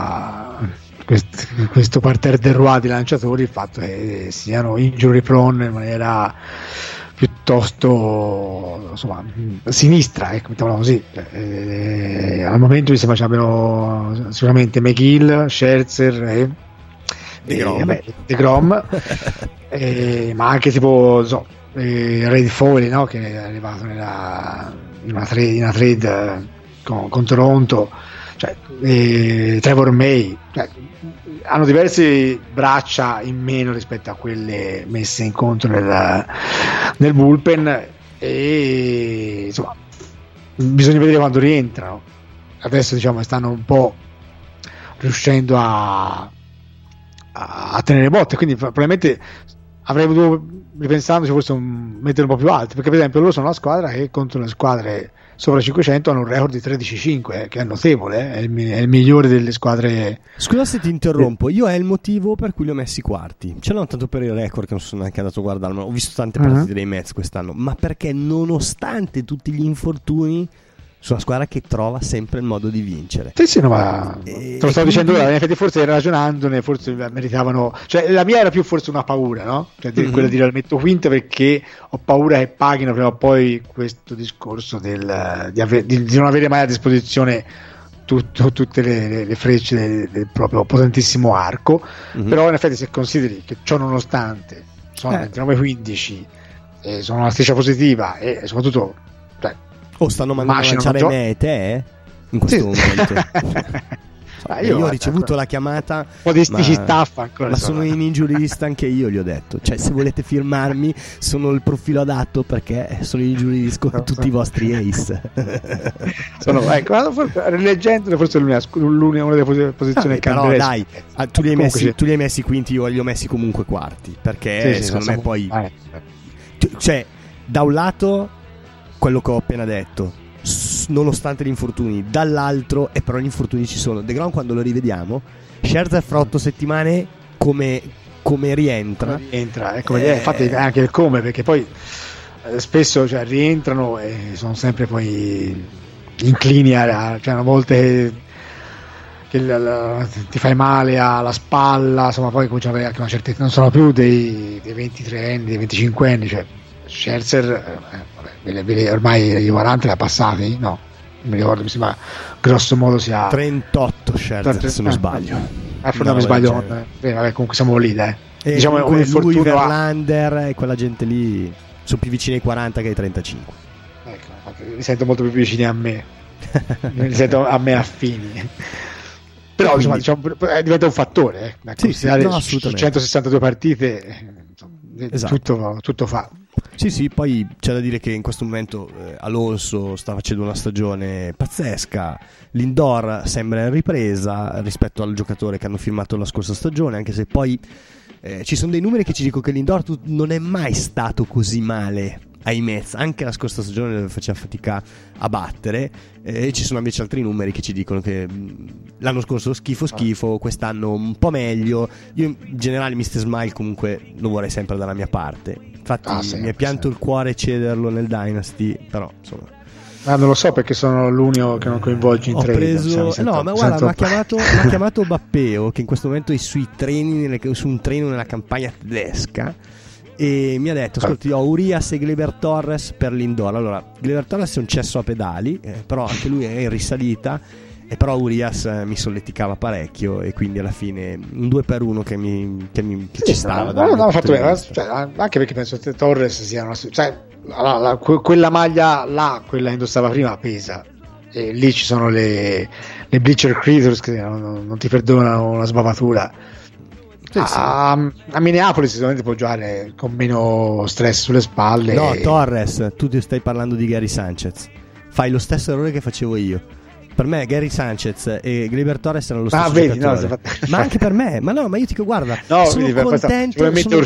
questo parterre del Roi di lanciatori, il fatto che siano injury prone in maniera piuttosto sinistra, mettiamola così. Al momento mi sembra che abbiano sicuramente McGill, Scherzer e DeGrom, ma anche tipo Ray Foley, no? Che è arrivato in una trade con Toronto, cioè, Trevor May, cioè, hanno diverse braccia in meno rispetto a quelle messe in conto nel bullpen, e insomma bisogna vedere quando rientrano. Adesso diciamo stanno un po' riuscendo a tenere botte, quindi probabilmente avrei voluto, ripensandoci, forse mettere un po' più alti, perché per esempio loro sono una squadra che contro le squadre sopra 500 hanno un record di 13-5, che è notevole, è il migliore delle squadre. Scusa se ti interrompo, io è il motivo per cui li ho messi quarti, ce l'ho tanto per il record che non sono neanche andato a guardare, ma ho visto tante partite dei Mets quest'anno, ma perché nonostante tutti gli infortuni sono una squadra che trova sempre il modo di vincere. Sì, no, ma te lo stavo dicendo ora, in effetti forse ragionandone, forse meritavano, cioè la mia era più forse una paura, no? Cioè quella di dire la metto quinta perché ho paura che paghino prima o poi questo discorso di non avere mai a disposizione tutte le frecce del proprio potentissimo arco, però in effetti se consideri che ciò nonostante sono 29-15 e sono una striscia positiva e soprattutto stanno mandando a lanciare me e te in questo momento. Io ho ricevuto la chiamata, un po' di staffa ancora, ma sono in injury list anche io, gli ho detto, cioè se volete firmarmi sono il profilo adatto perché sono in injury list con tutti i vostri ace. Rileggendole forse una delle posizioni che però dai, tu li hai messi quinti, io li ho messi comunque quarti, perché secondo me poi cioè da un lato quello che ho appena detto, nonostante gli infortuni, dall'altro, e però gli infortuni ci sono. DeGrom quando lo rivediamo, Scherzer fra 8 settimane come rientra, infatti anche il come, perché poi spesso rientrano e sono sempre poi inclini cioè una volta che ti fai male alla spalla, insomma poi cominciano ad avere anche una certa, non sono più dei 23 anni, dei 25 anni, cioè Scherzer ormai i 40 li ha passati, no? Non mi ricordo, mi sembra grosso modo sia 38 Scherzer se non sbaglio. Non mi sbaglio, comunque siamo lì, diciamo lui, Verlander e quella gente lì sono più vicini ai 40 che ai 35. Ecco, mi sento molto più vicini a me. Mi sento a me affini. Però quindi, diventa un fattore, su 162 partite tutto fa. Sì, poi c'è da dire che in questo momento Alonso sta facendo una stagione pazzesca, Lindor sembra in ripresa rispetto al giocatore che hanno firmato la scorsa stagione, anche se poi ci sono dei numeri che ci dicono che Lindor non è mai stato così male ai Mets, anche la scorsa stagione faceva fatica a battere, e ci sono invece altri numeri che ci dicono che l'anno scorso schifo, quest'anno un po' meglio. Io in generale Mr. Smile comunque lo vorrei sempre dalla mia parte, infatti mi è pianto il cuore cederlo nel Dynasty, però insomma non lo so perché sono l'unico che non coinvolge in trade. Ma guarda, mi ha chiamato Bappeo, che in questo momento è su un treno nella campagna tedesca, e mi ha detto: ascolti, ho Urias e Gleyber Torres per Lindor. Allora, Gleyber Torres è un cesso a pedali, però anche lui è in risalita, e però Urias mi solleticava parecchio, e quindi alla fine un 2-1 che ci stava. No, fatto bene, anche perché penso che Torres sia quella maglia là, quella che indossava prima, pesa, e lì ci sono le bleacher creatures che non ti perdonano una sbavatura. A Minneapolis sicuramente può giocare con meno stress sulle spalle. No, Torres, tu ti stai parlando di Gary Sanchez, fai lo stesso errore che facevo io. Per me Gary Sanchez e Gleyber Torres erano lo stesso giocatore. Ma anche per me, ma io ti dico, guarda, sono contento.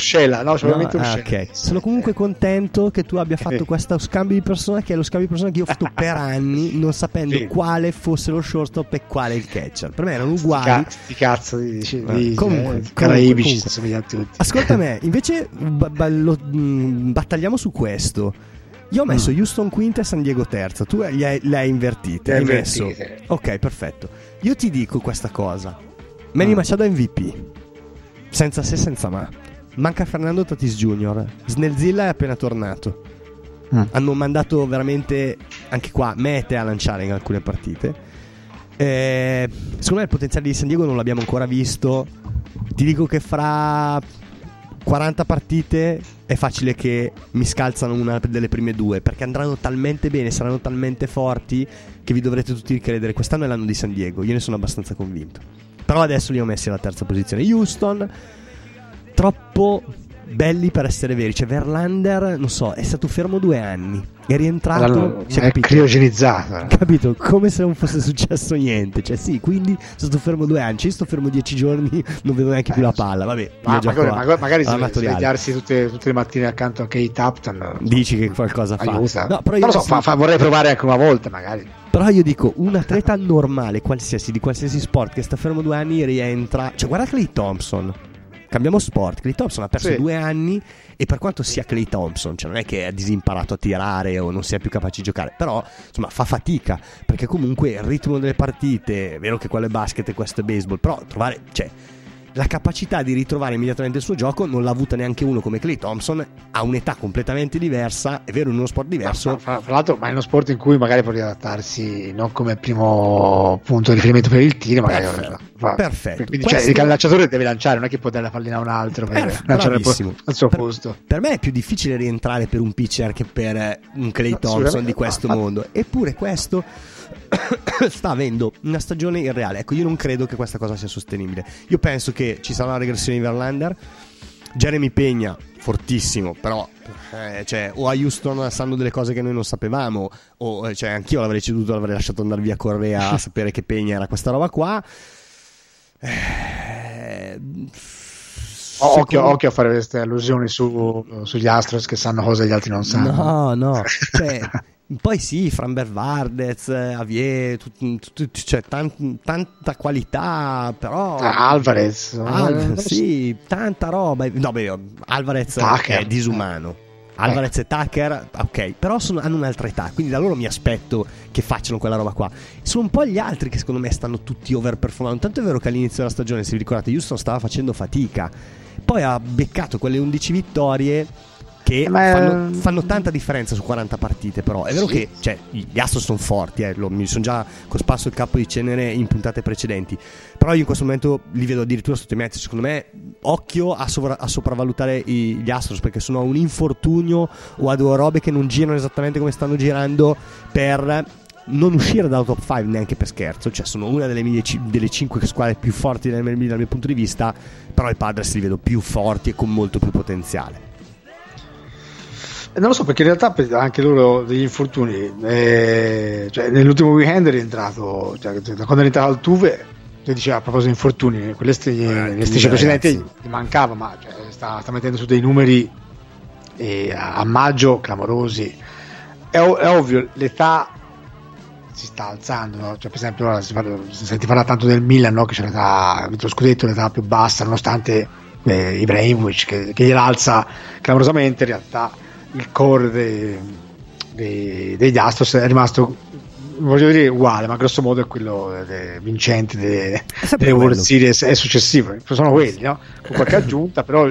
Sono comunque contento che tu abbia fatto questo scambio di persona, che è lo scambio di persona che io ho fatto per anni, non sapendo quale fosse lo shortstop e quale il catcher. Per me erano uguali. Sti cazzo di caraibici, somigliano tutti. Ascolta me, invece battagliamo su questo. Io ho messo Houston quinta e San Diego terza. Tu le hai invertite. Hai messo. Ok, perfetto. Io ti dico questa cosa: Manny Machado MVP, senza se senza ma. Manca Fernando Tatis Jr. Snellzilla è appena tornato. Hanno mandato veramente anche qua mete a lanciare in alcune partite. Secondo me il potenziale di San Diego non l'abbiamo ancora visto. Ti dico che fra 40 partite è facile che mi scalzano una delle prime due, perché andranno talmente bene, saranno talmente forti che vi dovrete tutti ricredere. Quest'anno è l'anno di San Diego, io ne sono abbastanza convinto. Però adesso li ho messi alla terza posizione. Houston, troppo belli per essere veri. Cioè Verlander, non so, è stato fermo 2 anni, è rientrato, è criogenizzato, capito? Come se non fosse successo niente. Cioè sì, quindi sono stato fermo 2 anni, io sto fermo 10 giorni, non vedo neanche più la palla. Vabbè, magari svegliarsi tutte le mattine accanto a Kate Upton, dici che qualcosa aiuta. fa. No, però non lo so, vorrei provare anche una volta magari. Però io dico, un atleta normale, qualsiasi, di qualsiasi sport, che sta fermo 2 anni, rientra. Cioè guarda Klay Thompson, cambiamo sport. Klay Thompson ha perso 2 anni, e per quanto sia Klay Thompson, cioè non è che ha disimparato a tirare o non sia più capace di giocare, però insomma fa fatica, perché comunque il ritmo delle partite, è vero che quello è basket e questo è baseball, però trovare, cioè la capacità di ritrovare immediatamente il suo gioco non l'ha avuta neanche uno come Klay Thompson, a un'età completamente diversa, è vero, in uno sport diverso. Fra l'altro, ma in uno sport in cui magari può riadattarsi non come primo punto di riferimento per il tiro, magari perfetto. Quindi questo... il calciatore deve lanciare, non è che può dare la pallina a un altro per lanciare al suo posto. Per me è più difficile rientrare per un pitcher che per un Klay Thompson di questo mondo. Eppure questo sta avendo una stagione irreale. Ecco, io non credo che questa cosa sia sostenibile. Io penso che ci sarà una regressione di Verlander. Jeremy Pegna fortissimo, però cioè, o a Houston sanno delle cose che noi non sapevamo, o cioè anch'io l'avrei ceduto, l'avrei lasciato andare via Correa a sapere che Pegna era questa roba qua. Occhio a fare queste allusioni sugli Astros che sanno cose gli altri non sanno. No, cioè poi sì, Framber Vardez, Avier, cioè tanta qualità, però Alvarez, sì, tanta roba. No, beh, Alvarez è disumano. Alvarez e Tucker, ok, però hanno un'altra età, quindi da loro mi aspetto che facciano quella roba qua. Sono un po' gli altri che secondo me stanno tutti overperformando. Tanto è vero che all'inizio della stagione, se vi ricordate, Houston stava facendo fatica, poi ha beccato quelle 11 vittorie che fanno tanta differenza su 40 partite. Però è vero che cioè, gli Astros sono forti, mi sono già cosparso il capo di cenere in puntate precedenti, però io in questo momento li vedo addirittura sotto i mezzi. Secondo me occhio a sopravvalutare gli Astros, perché sono a un infortunio o a 2 robe che non girano esattamente come stanno girando per non uscire dalla top 5 neanche per scherzo. Cioè sono una delle 5 squadre più forti dal mio punto di vista, però i Padres li vedo più forti e con molto più potenziale. Non lo so, perché in realtà anche loro degli infortuni, cioè nell'ultimo weekend è rientrato, cioè, quando è rientrato Altuve, ti diceva a proposito di infortuni, quelle strisce precedenti gli mancava, ma cioè, sta mettendo su dei numeri a maggio clamorosi. È ovvio, l'età si sta alzando, no? Cioè, per esempio ora si parla tanto del Milan, no? Che c'è l'età, ha vinto lo scudetto, l'età più bassa, nonostante Ibrahimovic che gliela alza clamorosamente. In realtà il core degli Astros è rimasto, voglio dire, uguale, ma grosso modo è quello vincente delle World Series è successivo, sono quelli, no? Con qualche aggiunta, però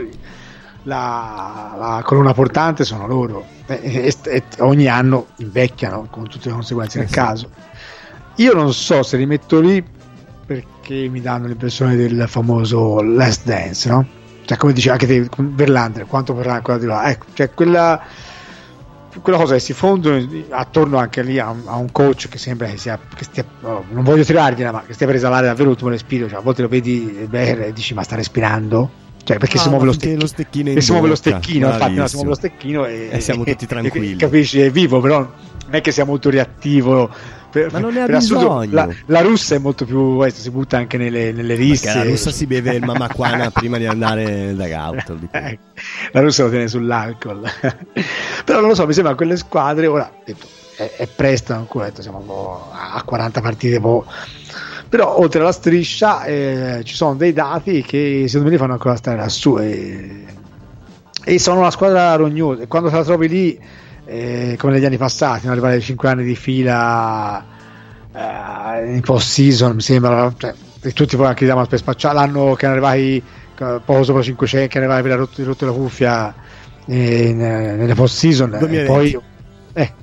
la colonna portante sono loro, e ogni anno invecchiano con tutte le conseguenze del caso. Io non so se li metto lì perché mi danno l'impressione del famoso Last Dance, no? Cioè, come dice anche te, Verlander, quanto verrà ancora di là, ecco, cioè quella cosa che si fondono attorno anche lì a un coach che sembra che stia, non voglio tirargliela, ma che stia per esalare davvero l'ultimo respiro. Cioè, a volte lo vedi e dici ma sta respirando, cioè perché si muove lo stecchino, si muove lo stecchino, infatti si muove lo stecchino e siamo tutti tranquilli, capisci, è vivo, però non è che sia molto reattivo. Ma non ne ha bisogno. La russa è molto più, si butta anche nelle risse, perché la russa si beve il mamaquana prima di andare da auto. La russa lo tiene sull'alcol. Però non lo so, mi sembra quelle squadre ora, detto, è presto ancora, detto, siamo un po' a 40 partite, però oltre alla striscia ci sono dei dati che secondo me li fanno ancora stare lassù, e sono una squadra rognosa, e quando te la trovi lì, come negli anni passati, no? Arrivare ai 5 anni di fila in post season, mi sembra, cioè, tutti poi anche per spacciare l'anno che arrivai poco sopra 500, che arrivai per rotto la cuffia nelle post season, e poi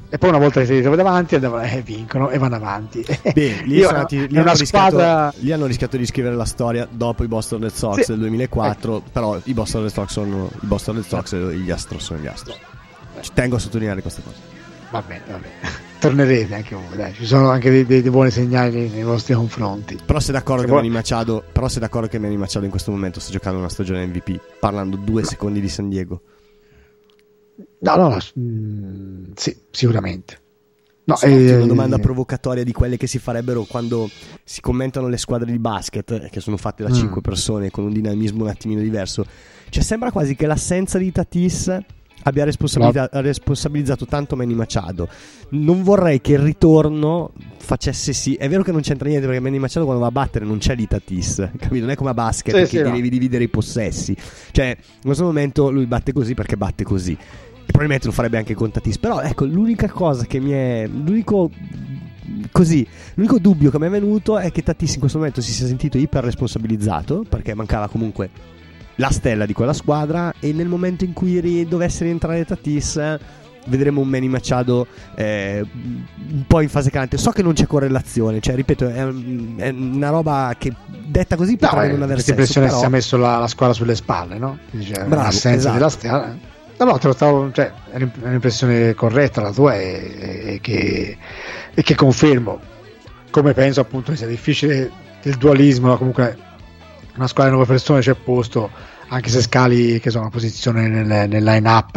e poi una volta che si ritrova davanti vincono e vanno avanti. Beh, lì hanno rischiato di scrivere la storia dopo i Boston Red Sox del 2004, però i Boston Red Sox sono i Boston Red Sox e gli Astros sono gli Astros. Ci tengo a sottolineare questa cosa. Va bene. Tornerete anche voi, dai. Ci sono anche dei buoni segnali nei vostri confronti. Però sei d'accordo che Manny Machado in questo momento sta giocando una stagione MVP, parlando 2 secondi di San Diego? No, sì, sicuramente. No, una domanda provocatoria di quelle che si farebbero quando si commentano le squadre di basket, che sono fatte da 5 persone con un dinamismo un attimino diverso. Cioè sembra quasi che l'assenza di Tatis abbia responsabilizzato tanto Manny Machado. Non vorrei che il ritorno facesse sì. È vero che non c'entra niente, perché Manny Machado quando va a battere non c'è lì Tatis, capito? Non è come a basket che devi dividere i possessi. Cioè in questo momento lui batte così perché batte così, e probabilmente lo farebbe anche con Tatis. Però ecco, l'unica cosa che l'unico dubbio che mi è venuto è che Tatis in questo momento si sia sentito iper responsabilizzato, perché mancava comunque la stella di quella squadra, e nel momento in cui dovesse rientrare Tatis vedremo un Manny Machado un po' in fase calante. So che non c'è correlazione, cioè ripeto, è una roba che detta così potrebbe non aver senso, l'impressione si è messo la squadra sulle spalle, no? Dice, l'assenza della stella. No, te lo stavo, cioè, è un'impressione corretta la tua, e che confermo, come penso appunto che sia difficile il dualismo, no? Comunque una squadra di 9 persone c'è posto, anche se scali che sono una posizione nel line-up,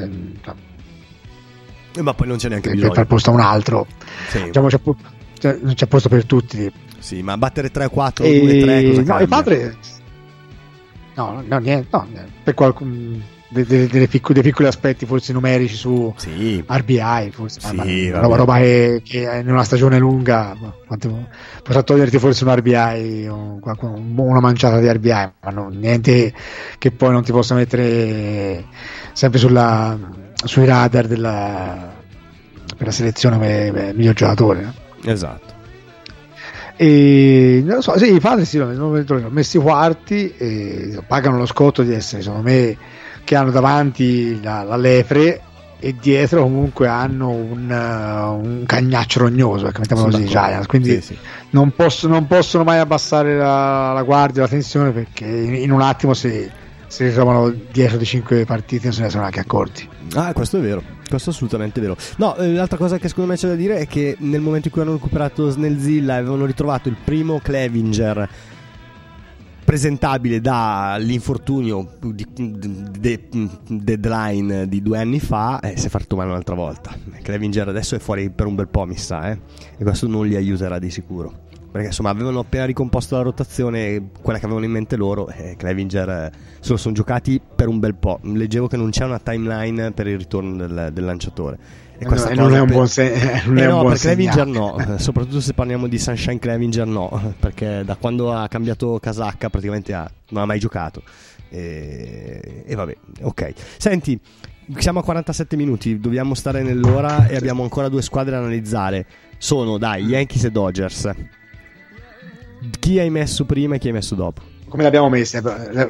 ma poi non c'è neanche bisogno per posto a un altro, sì. Diciamo non c'è posto per tutti. Sì, ma battere 3-4 2-3 cosa cambia? No, il padre niente, per qualcun dei piccoli aspetti forse numerici su RBI, forse roba che in una stagione lunga potrà toglierti forse un RBI, una manciata di RBI, ma niente che poi non ti possa mettere sempre sui radar per la selezione come miglior giocatore, no? Esatto. E non lo so, sì, i padri l'hanno messi quarti e pagano lo scotto di essere, secondo me, che hanno davanti la lepre e dietro comunque hanno un cagnaccio rognoso, mettiamolo così, Giants, quindi sì. Non possono mai abbassare la guardia, la tensione, perché in un attimo si ritrovano dietro di 5 partite non se ne sono neanche accorti. Questo è vero, questo è assolutamente vero. No, l'altra cosa che secondo me c'è da dire è che nel momento in cui hanno recuperato Snellzilla avevano ritrovato il primo Clevinger presentabile dall'infortunio deadline di 2 anni fa, si è fatto male un'altra volta. Clevinger adesso è fuori per un bel po', mi sa, e questo non li aiuterà di sicuro, perché insomma avevano appena ricomposto la rotazione, quella che avevano in mente loro, e Clevinger se lo sono giocati per un bel po'. Leggevo che non c'è una timeline per il ritorno del lanciatore. E questa non è un buon segnale. Per Clevinger no, soprattutto se parliamo di Sunshine Clevinger no, perché da quando ha cambiato casacca praticamente non ha mai giocato, e vabbè, ok. Senti, siamo a 47 minuti, dobbiamo stare nell'ora e abbiamo ancora 2 squadre da analizzare. Sono Yankees e Dodgers. Chi hai messo prima e chi hai messo dopo? Come le abbiamo messe?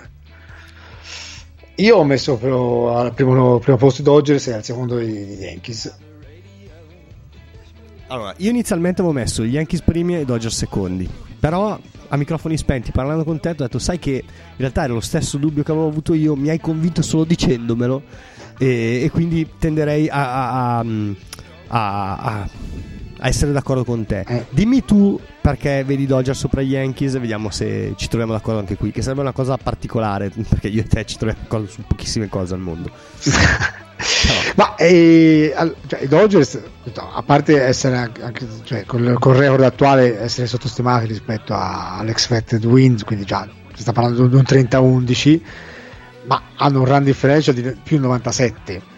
Io ho messo al primo posto i Dodgers e al secondo i Yankees. Allora, io inizialmente avevo messo gli Yankees primi e i Dodgers secondi, però a microfoni spenti, parlando con te, ho detto, sai che in realtà era lo stesso dubbio che avevo avuto io, mi hai convinto solo dicendomelo, e quindi tenderei a essere d'accordo con te. Dimmi tu perché vedi Dodgers sopra gli Yankees e vediamo se ci troviamo d'accordo anche qui, che sarebbe una cosa particolare, perché io e te ci troviamo d'accordo su pochissime cose al mondo. Ma i Dodgers, a parte essere anche, cioè, con il record attuale, essere sottostimati rispetto all'expected wins, quindi già si sta parlando di un 30-11, ma hanno un run differential di più 97.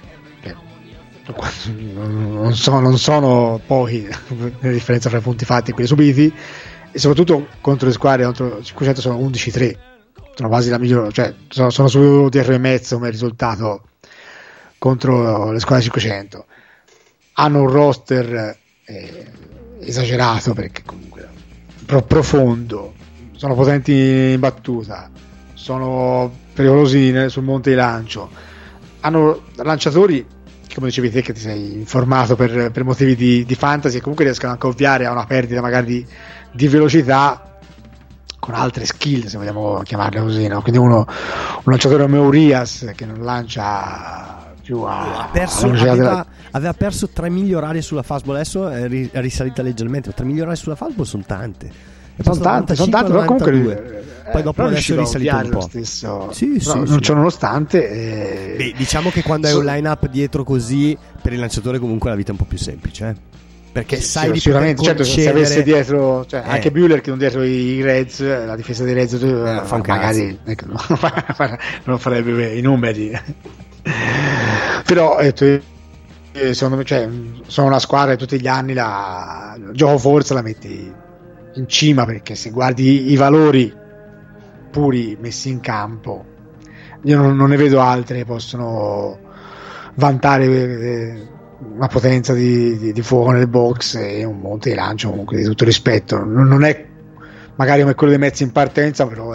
Non sono pochi la differenza fra i punti fatti e quelli subiti, e soprattutto contro le squadre contro 500 sono 11-3, sono quasi la migliore, cioè sono su dietro e mezzo come risultato contro le squadre 500. Hanno un roster esagerato, perché comunque profondo, sono potenti in battuta, sono pericolosi sul monte di lancio, hanno lanciatori come dicevi te, che ti sei informato per motivi di fantasy, e comunque riescono anche a ovviare a una perdita magari di velocità con altre skill, se vogliamo chiamarle così, no? Quindi un lanciatore come Urias che non lancia più aveva perso 3 miglia orarie sulla fastball, adesso è risalita leggermente. 3 miglia orarie sulla fastball sono tante. Sono tante, però comunque poi dopo adesso è risalito un po'. Stesso, sì, non c'è nonostante. Beh, diciamo che quando hai un line-up dietro così, per il lanciatore comunque la vita è un po' più semplice, perché sai di sicuramente, poter concedere... se avesse dietro, anche Buehler che non dietro i Reds, la difesa dei Reds magari non farebbe i numeri. Però secondo me, sono una squadra che tutti gli anni il gioco forza la metti in cima, perché se guardi i valori puri messi in campo, io non ne vedo altre che possono vantare una potenza di fuoco nel box e un monte di lancio comunque di tutto rispetto. Non è magari come quello dei Mets in partenza, però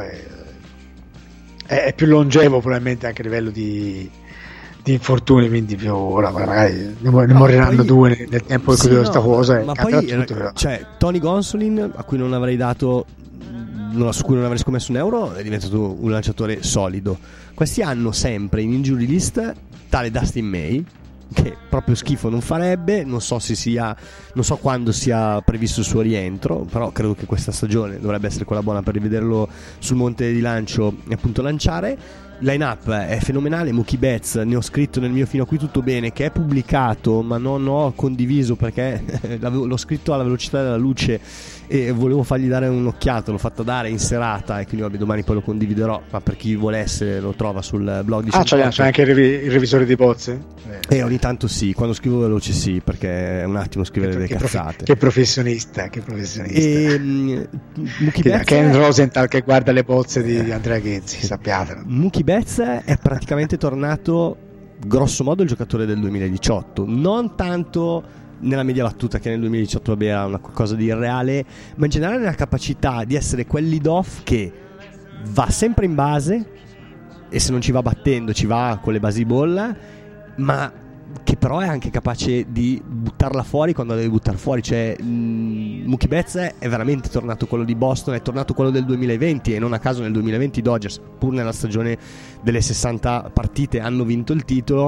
è più longevo probabilmente anche a livello di infortuni, quindi più ora magari ne moriranno poi, 2 nel tempo in cui vedo questa cosa. Ma poi Tony Gonsolin, a cui non avrei dato, su cui non avrei scommesso un euro, è diventato un lanciatore solido. Questi hanno sempre in injury list tale Dustin May, che proprio schifo non farebbe. Non so quando sia previsto il suo rientro, però credo che questa stagione dovrebbe essere quella buona per rivederlo sul monte di lancio e appunto lanciare. Line-up è fenomenale. Mookie Betts, ne ho scritto nel mio Fino a qui tutto bene, che è pubblicato ma non ho condiviso perché l'ho scritto alla velocità della luce e volevo fargli dare un'occhiata. L'ho fatta dare in serata e quindi domani poi lo condividerò, ma per chi volesse lo trova sul blog di c'è anche il revisore di bozze? Ogni tanto sì, quando scrivo veloce sì, perché è un attimo scrivere delle cazzate. Che professionista. Mookie Betts, Ken Rosenthal che guarda le bozze di Andrea Ghezzi, sappiatelo. Mookie Betts è praticamente tornato grosso modo il giocatore del 2018, non tanto nella media battuta, che nel 2018 era una cosa di irreale, ma in generale nella capacità di essere quel lead off che va sempre in base e se non ci va battendo ci va con le basi ball, ma che però è anche capace di buttarla fuori quando deve buttare fuori. Mookie Betts è veramente tornato quello di Boston, è tornato quello del 2020, e non a caso nel 2020 i Dodgers, pur nella stagione delle 60 partite, hanno vinto il titolo.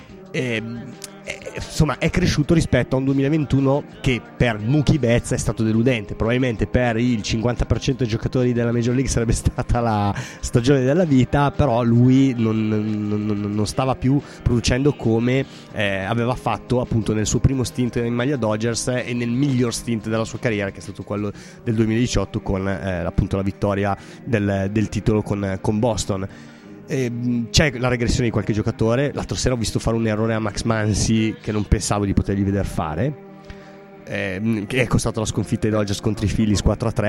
Insomma, è cresciuto rispetto a un 2021 che per Mookie Betts è stato deludente. Probabilmente per il 50% dei giocatori della Major League sarebbe stata la stagione della vita, però lui non stava più producendo come aveva fatto appunto nel suo primo stint in maglia Dodgers e nel miglior stint della sua carriera, che è stato quello del 2018 con appunto la vittoria del titolo con Boston. C'è la regressione di qualche giocatore. L'altra sera ho visto fare un errore a Max Muncy che non pensavo di potergli veder fare, che è costato la sconfitta ai Dodgers contro i Phillies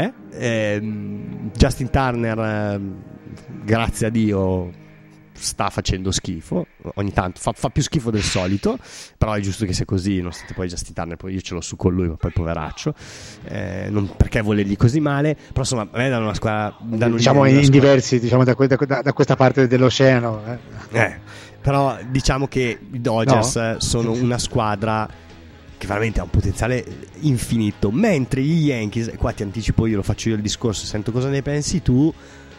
4-3. Justin Turner, grazie a Dio, sta facendo schifo. Ogni tanto fa più schifo del solito, però è giusto che sia così, nonostante poi Justin Turner, poi io ce l'ho su con lui, ma poi poveraccio, non perché volergli così male, però insomma a me danno una squadra, diciamo in diversi, diciamo da questa parte dell'oceano, però diciamo che i Dodgers sono una squadra che veramente ha un potenziale infinito, mentre gli Yankees, qua ti anticipo io, lo faccio io il discorso, sento cosa ne pensi tu.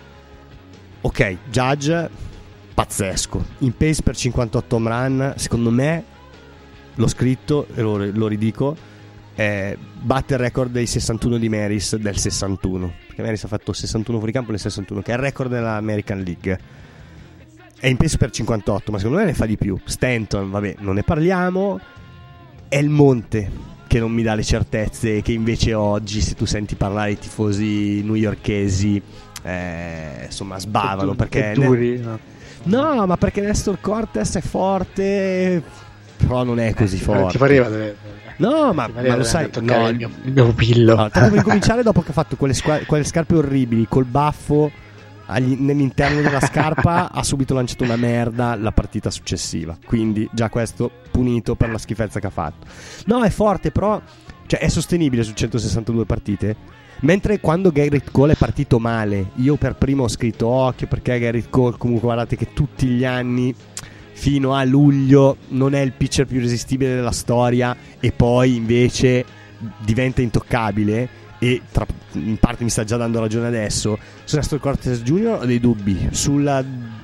Ok, Judge pazzesco, in pace per 58 home run, secondo me, l'ho scritto e lo ridico, batte il record dei 61 di Maris del 61, perché Maris ha fatto 61 fuori campo nel 61, che è il record dell'American League. È in pace per 58, ma secondo me ne fa di più. Stanton, vabbè, non ne parliamo. È il monte che non mi dà le certezze, che invece oggi, se tu senti parlare i tifosi newyorkesi, insomma sbavano, perché duri, no, ma perché Nestor Cortes è forte, però non è così forte. Ti pareva no, ma lo sai, no, il mio pupillo. No, tanto per cominciare, dopo che ha fatto quelle scarpe orribili col baffo nell'interno della scarpa, ha subito lanciato una merda la partita successiva, quindi già questo punito per la schifezza che ha fatto. No, è forte, però è sostenibile su 162 partite. Mentre quando Garrett Cole è partito male, io per primo ho scritto occhio, perché Garrett Cole comunque guardate che tutti gli anni fino a luglio non è il pitcher più irresistibile della storia e poi invece diventa intoccabile, e in parte mi sta già dando ragione adesso. Su Nestor Cortes Jr. ho dei dubbi, sulla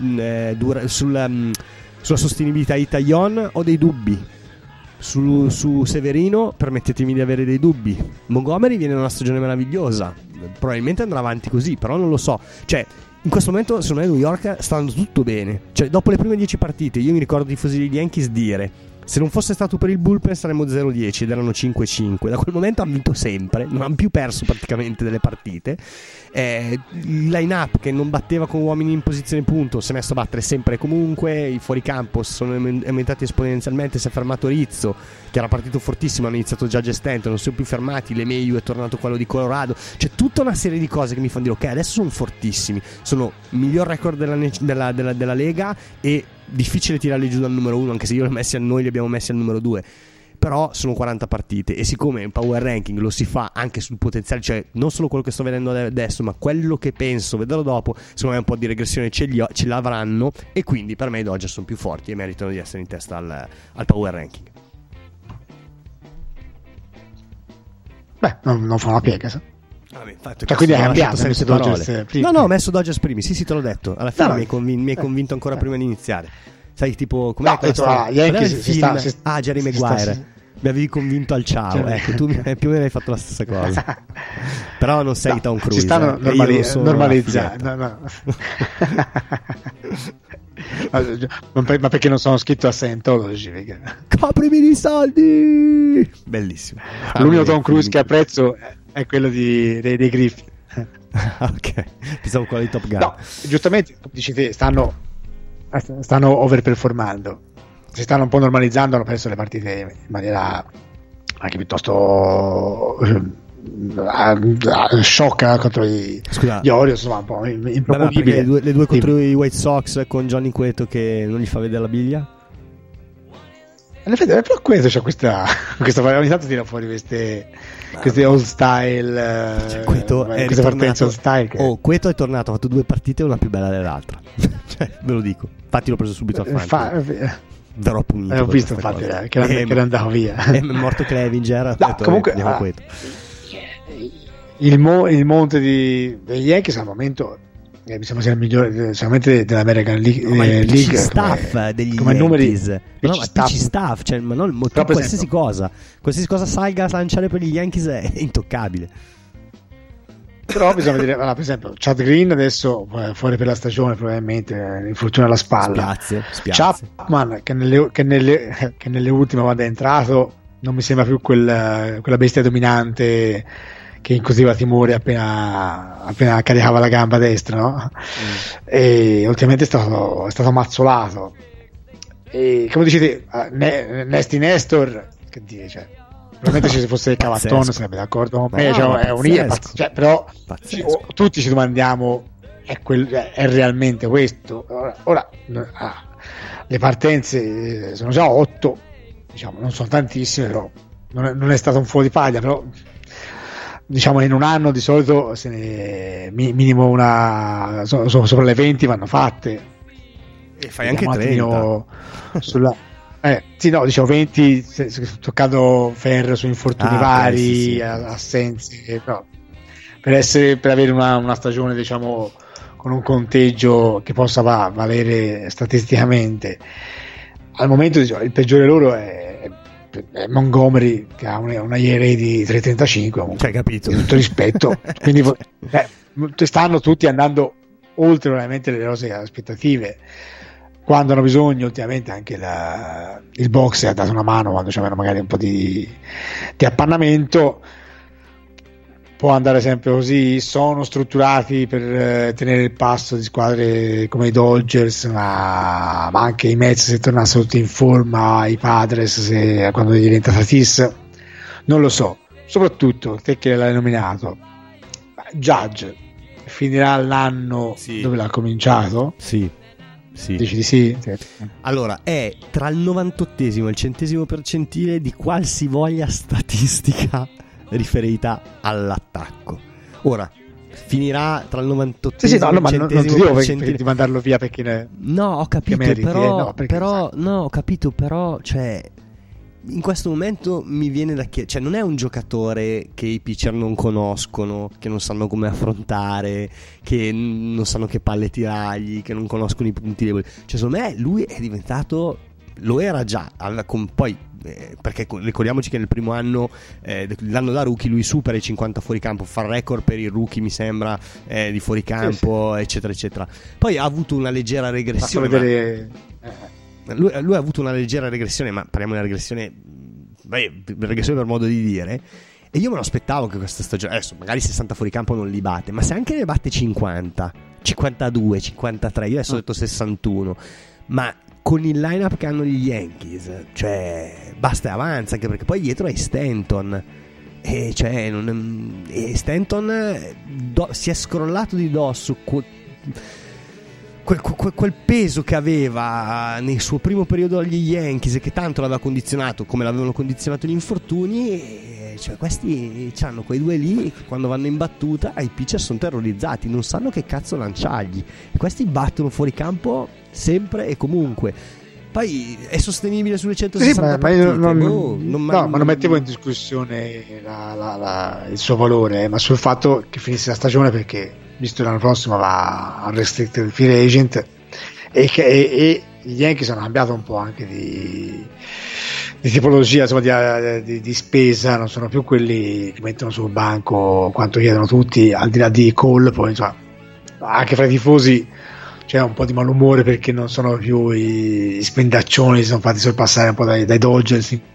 sostenibilità di Taillon ho dei dubbi, su Severino permettetemi di avere dei dubbi. Montgomery viene una stagione meravigliosa, probabilmente andrà avanti così, però non lo so. Cioè, in questo momento secondo me New York sta andando tutto bene. Cioè, dopo le prime 10 partite io mi ricordo i tifosi degli Yankees dire: se non fosse stato per il bullpen saremmo 0-10 ed erano 5-5. Da quel momento hanno vinto sempre, non hanno più perso praticamente delle partite. Il line-up che non batteva con uomini in posizione punto si è messo a battere sempre e comunque. I fuoricampo sono aumentati esponenzialmente. Si è fermato Rizzo, che era partito fortissimo, hanno iniziato già Stanton, non si sono più fermati. LeMahieu è tornato quello di Colorado. C'è tutta una serie di cose che mi fanno dire: ok, adesso sono fortissimi, sono miglior record della Lega e difficile tirarli giù dal numero 1, anche se noi li abbiamo messi al numero 2. Però sono 40 partite e siccome il power ranking lo si fa anche sul potenziale, cioè non solo quello che sto vedendo adesso ma quello che penso vedrò dopo, secondo me un po' di regressione ce l'avranno, e quindi per me i Dodgers sono più forti e meritano di essere in testa al power ranking. Beh, non fa una piega, sa. Infatti, cioè, quindi hai cambiato No, ho messo Dodgers primi, sì, te l'ho detto. Alla fine mi hai convinto ancora prima di iniziare. Sai, tipo, com'è il film? Jerry Maguire. Mi avevi convinto al ciao. Ecco, tu più o meno hai fatto la stessa cosa. Però non sei Tom Cruise. Si stanno normalizzando. No. Ma perché non sono scritto a Scientology? Coprimi di soldi! Bellissimo. L'unico Tom Cruise che apprezzo è quello dei Griffin. Ok, pensavo quello di Top Gun. No, giustamente dici te, stanno overperformando, si stanno un po' normalizzando, hanno perso le partite in maniera anche piuttosto sciocca contro gli Orioles, insomma un po' improponibile. Le due contro i White Sox con Johnny Cueto che non gli fa vedere la biglia. Però questo c'è questa ogni tanto tira fuori queste old style, Cueto queste partenze old style Cueto è tornato, ha fatto 2 partite una più bella dell'altra. Cioè, ve lo dico, infatti l'ho preso subito a fantasy. Verrò punito. Ho visto infatti che andavo via. È morto Clevinger. No, comunque il monte degli Yankees al momento mi sembra sia il migliore solamente dell'American League staff degli come Yankees, pitch staff, cioè, ma non qualsiasi cosa salga a lanciare per gli Yankees è intoccabile. Però bisogna vedere, per esempio Chad Green adesso fuori per la stagione probabilmente, infortunio alla spalla. Spiazze. Chapman che nelle ultime quando è entrato non mi sembra più quella bestia dominante che incutiva timore appena caricava la gamba destra, no? E ultimamente è stato mazzolato, e come dici te, Nesty Nestor, che dire, cioè, probabilmente se fosse il Cavaton sarebbe d'accordo con me, però tutti ci domandiamo è realmente questo? Ora le partenze sono già 8, diciamo, non sono tantissime, però non è stato un fuoco di paglia, però diciamo in un anno di solito se ne minimo sopra le 20 vanno fatte, e fai anche 30 dicevo 20 toccando ferro su infortuni vari, assenze, no. per avere una stagione diciamo con un conteggio che possa valere statisticamente. Al momento diciamo, il peggiore loro è Montgomery, che ha una ERA di 3.35, c'hai capito, di tutto rispetto. Quindi stanno tutti andando oltre veramente le nostre aspettative. Quando hanno bisogno, ultimamente anche il box ha dato una mano quando c'erano magari un po' di appannamento. Può andare sempre così, sono strutturati per tenere il passo di squadre come i Dodgers, ma anche i Mets se tornassero tutti in forma, i Padres quando diventa Tatis, non lo so. Soprattutto te che l'hai nominato, Judge finirà l'anno dove l'ha cominciato? Sì. Dici di sì? Allora è tra il 98esimo e il 100esimo percentile di qualsivoglia statistica riferita all'attacco. Ora finirà tra il 98esimo sì, no, e il ma non ti 100esimo dico percentile. di mandarlo via perché No, ho capito, meriti, però, no, perché ho capito, però, cioè, in questo momento mi viene da chiedere, cioè, non è un giocatore che i pitcher non conoscono, che non sanno come affrontare, che non sanno che palle tirargli, che non conoscono i punti deboli. Cioè, secondo me lui è diventato, lo era già, poi perché ricordiamoci che nel primo anno, l'anno da rookie, lui supera i 50 fuoricampo, fa il record per il rookie, mi sembra, di fuoricampo, eccetera eccetera. Poi ha avuto una leggera regressione, lui ha avuto una leggera regressione, ma parliamo di una regressione per modo di dire, e io me lo aspettavo che questa stagione, adesso magari 60 fuoricampo non li batte, ma se anche ne batte 50, 52, 53, io adesso ho detto 61, ma con il lineup che hanno gli Yankees, cioè basta e avanza, anche perché poi dietro hai Stanton, e cioè Stanton si è scrollato di dosso quel peso che aveva nel suo primo periodo agli Yankees, e che tanto l'aveva condizionato come l'avevano condizionato gli infortuni, e cioè questi hanno quei due lì che quando vanno in battuta ai pitcher sono terrorizzati, non sanno che cazzo lanciargli, e questi battono fuori campo sempre e comunque. Poi è sostenibile sulle 160 partite? Ma non mettevo in discussione il suo valore, ma sul fatto che finisse la stagione, perché visto l'anno prossimo va a restricted free agent, e gli Yankees hanno cambiato un po' anche di tipologia, insomma, di spesa, non sono più quelli che mettono sul banco quanto chiedono tutti, al di là di Cole. Poi insomma, anche fra i tifosi c'è un po' di malumore perché non sono più i spendaccioni, si sono fatti sorpassare un po' dai Dodgers in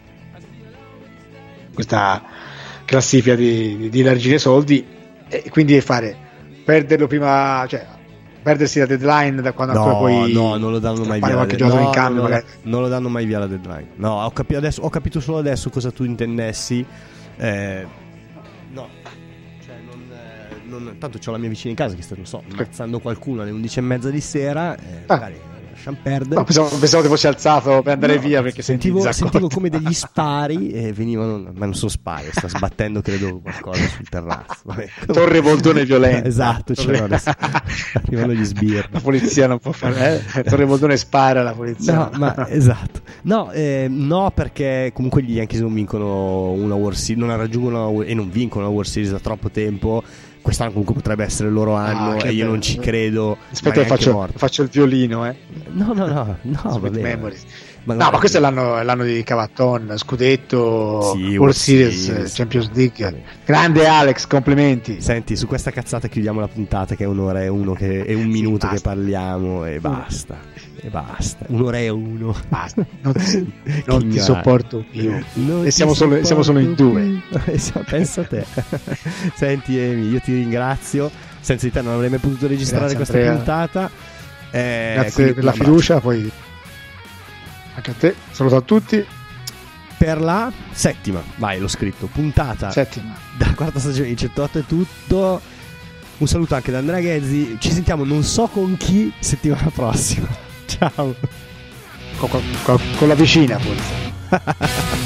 questa classifica di elargire soldi, e quindi perderlo prima, cioè perdersi la deadline da quando ancora poi non lo danno mai via qualche giocatore in cambio, non lo danno mai via la deadline. No, ho capito solo adesso cosa tu intendessi. No, cioè tanto c'ho la mia vicina in casa che sta, non so, ammazzando qualcuno alle 11:30 di sera, magari lasciamo perdere. No, pensavo che fosse alzato per andare via, perché sentivo come degli spari, e venivano, ma non sono spari, sta sbattendo credo qualcosa sul terrazzo. Vabbè. Torre Boldone violenta. Esatto, arrivano gli sbirri. La polizia non può fare, Torre Boldone spara, la polizia. No, ma esatto. No, perché comunque gli Yankees non vincono una World Series, non raggiungono e non vincono una World Series da troppo tempo. Quest'anno comunque potrebbe essere il loro anno, e io non ci credo. Aspetta, faccio il violino, No, vabbè. Ma questo è l'anno di Cavaton, scudetto, World Series, Champions League. Grande Alex, complimenti. Senti, su questa cazzata chiudiamo la puntata, che è un'ora e uno, che è un minuto che parliamo, e basta. Un'ora e uno. Basta. Non ti sopporto più. E siamo solo in due. Pensa a te. Senti Emi, io ti ringrazio. Senza di te non avrei mai potuto registrare questa puntata. Grazie per la fiducia. Poi anche a te. Saluto a tutti. Per la settima, vai, l'ho scritto, puntata settima della quarta stagione di 108 è tutto. Un saluto anche da Andrea Ghezzi. Ci sentiamo non so con chi settimana prossima. Ciao. Con la vicina forse.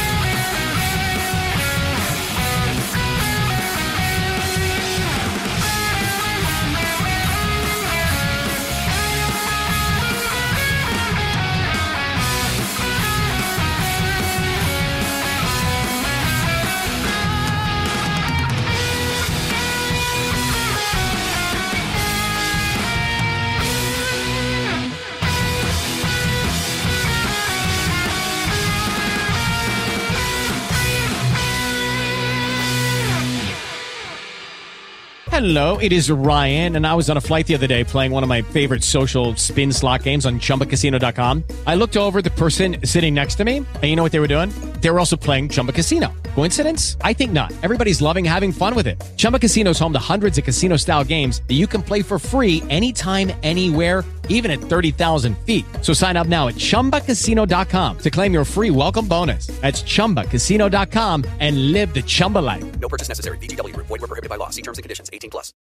Hello, it is Ryan, and I was on a flight the other day playing one of my favorite social spin slot games on ChumbaCasino.com. I looked over at the person sitting next to me, and you know what they were doing? They were also playing Chumba Casino. Coincidence? I think not. Everybody's loving having fun with it. Chumba Casino is home to hundreds of casino-style games that you can play for free anytime, anywhere, even at 30,000 feet. So sign up now at ChumbaCasino.com to claim your free welcome bonus. That's ChumbaCasino.com and live the Chumba life. No purchase necessary. VGW. Void where prohibited by law. See terms and conditions. 18+.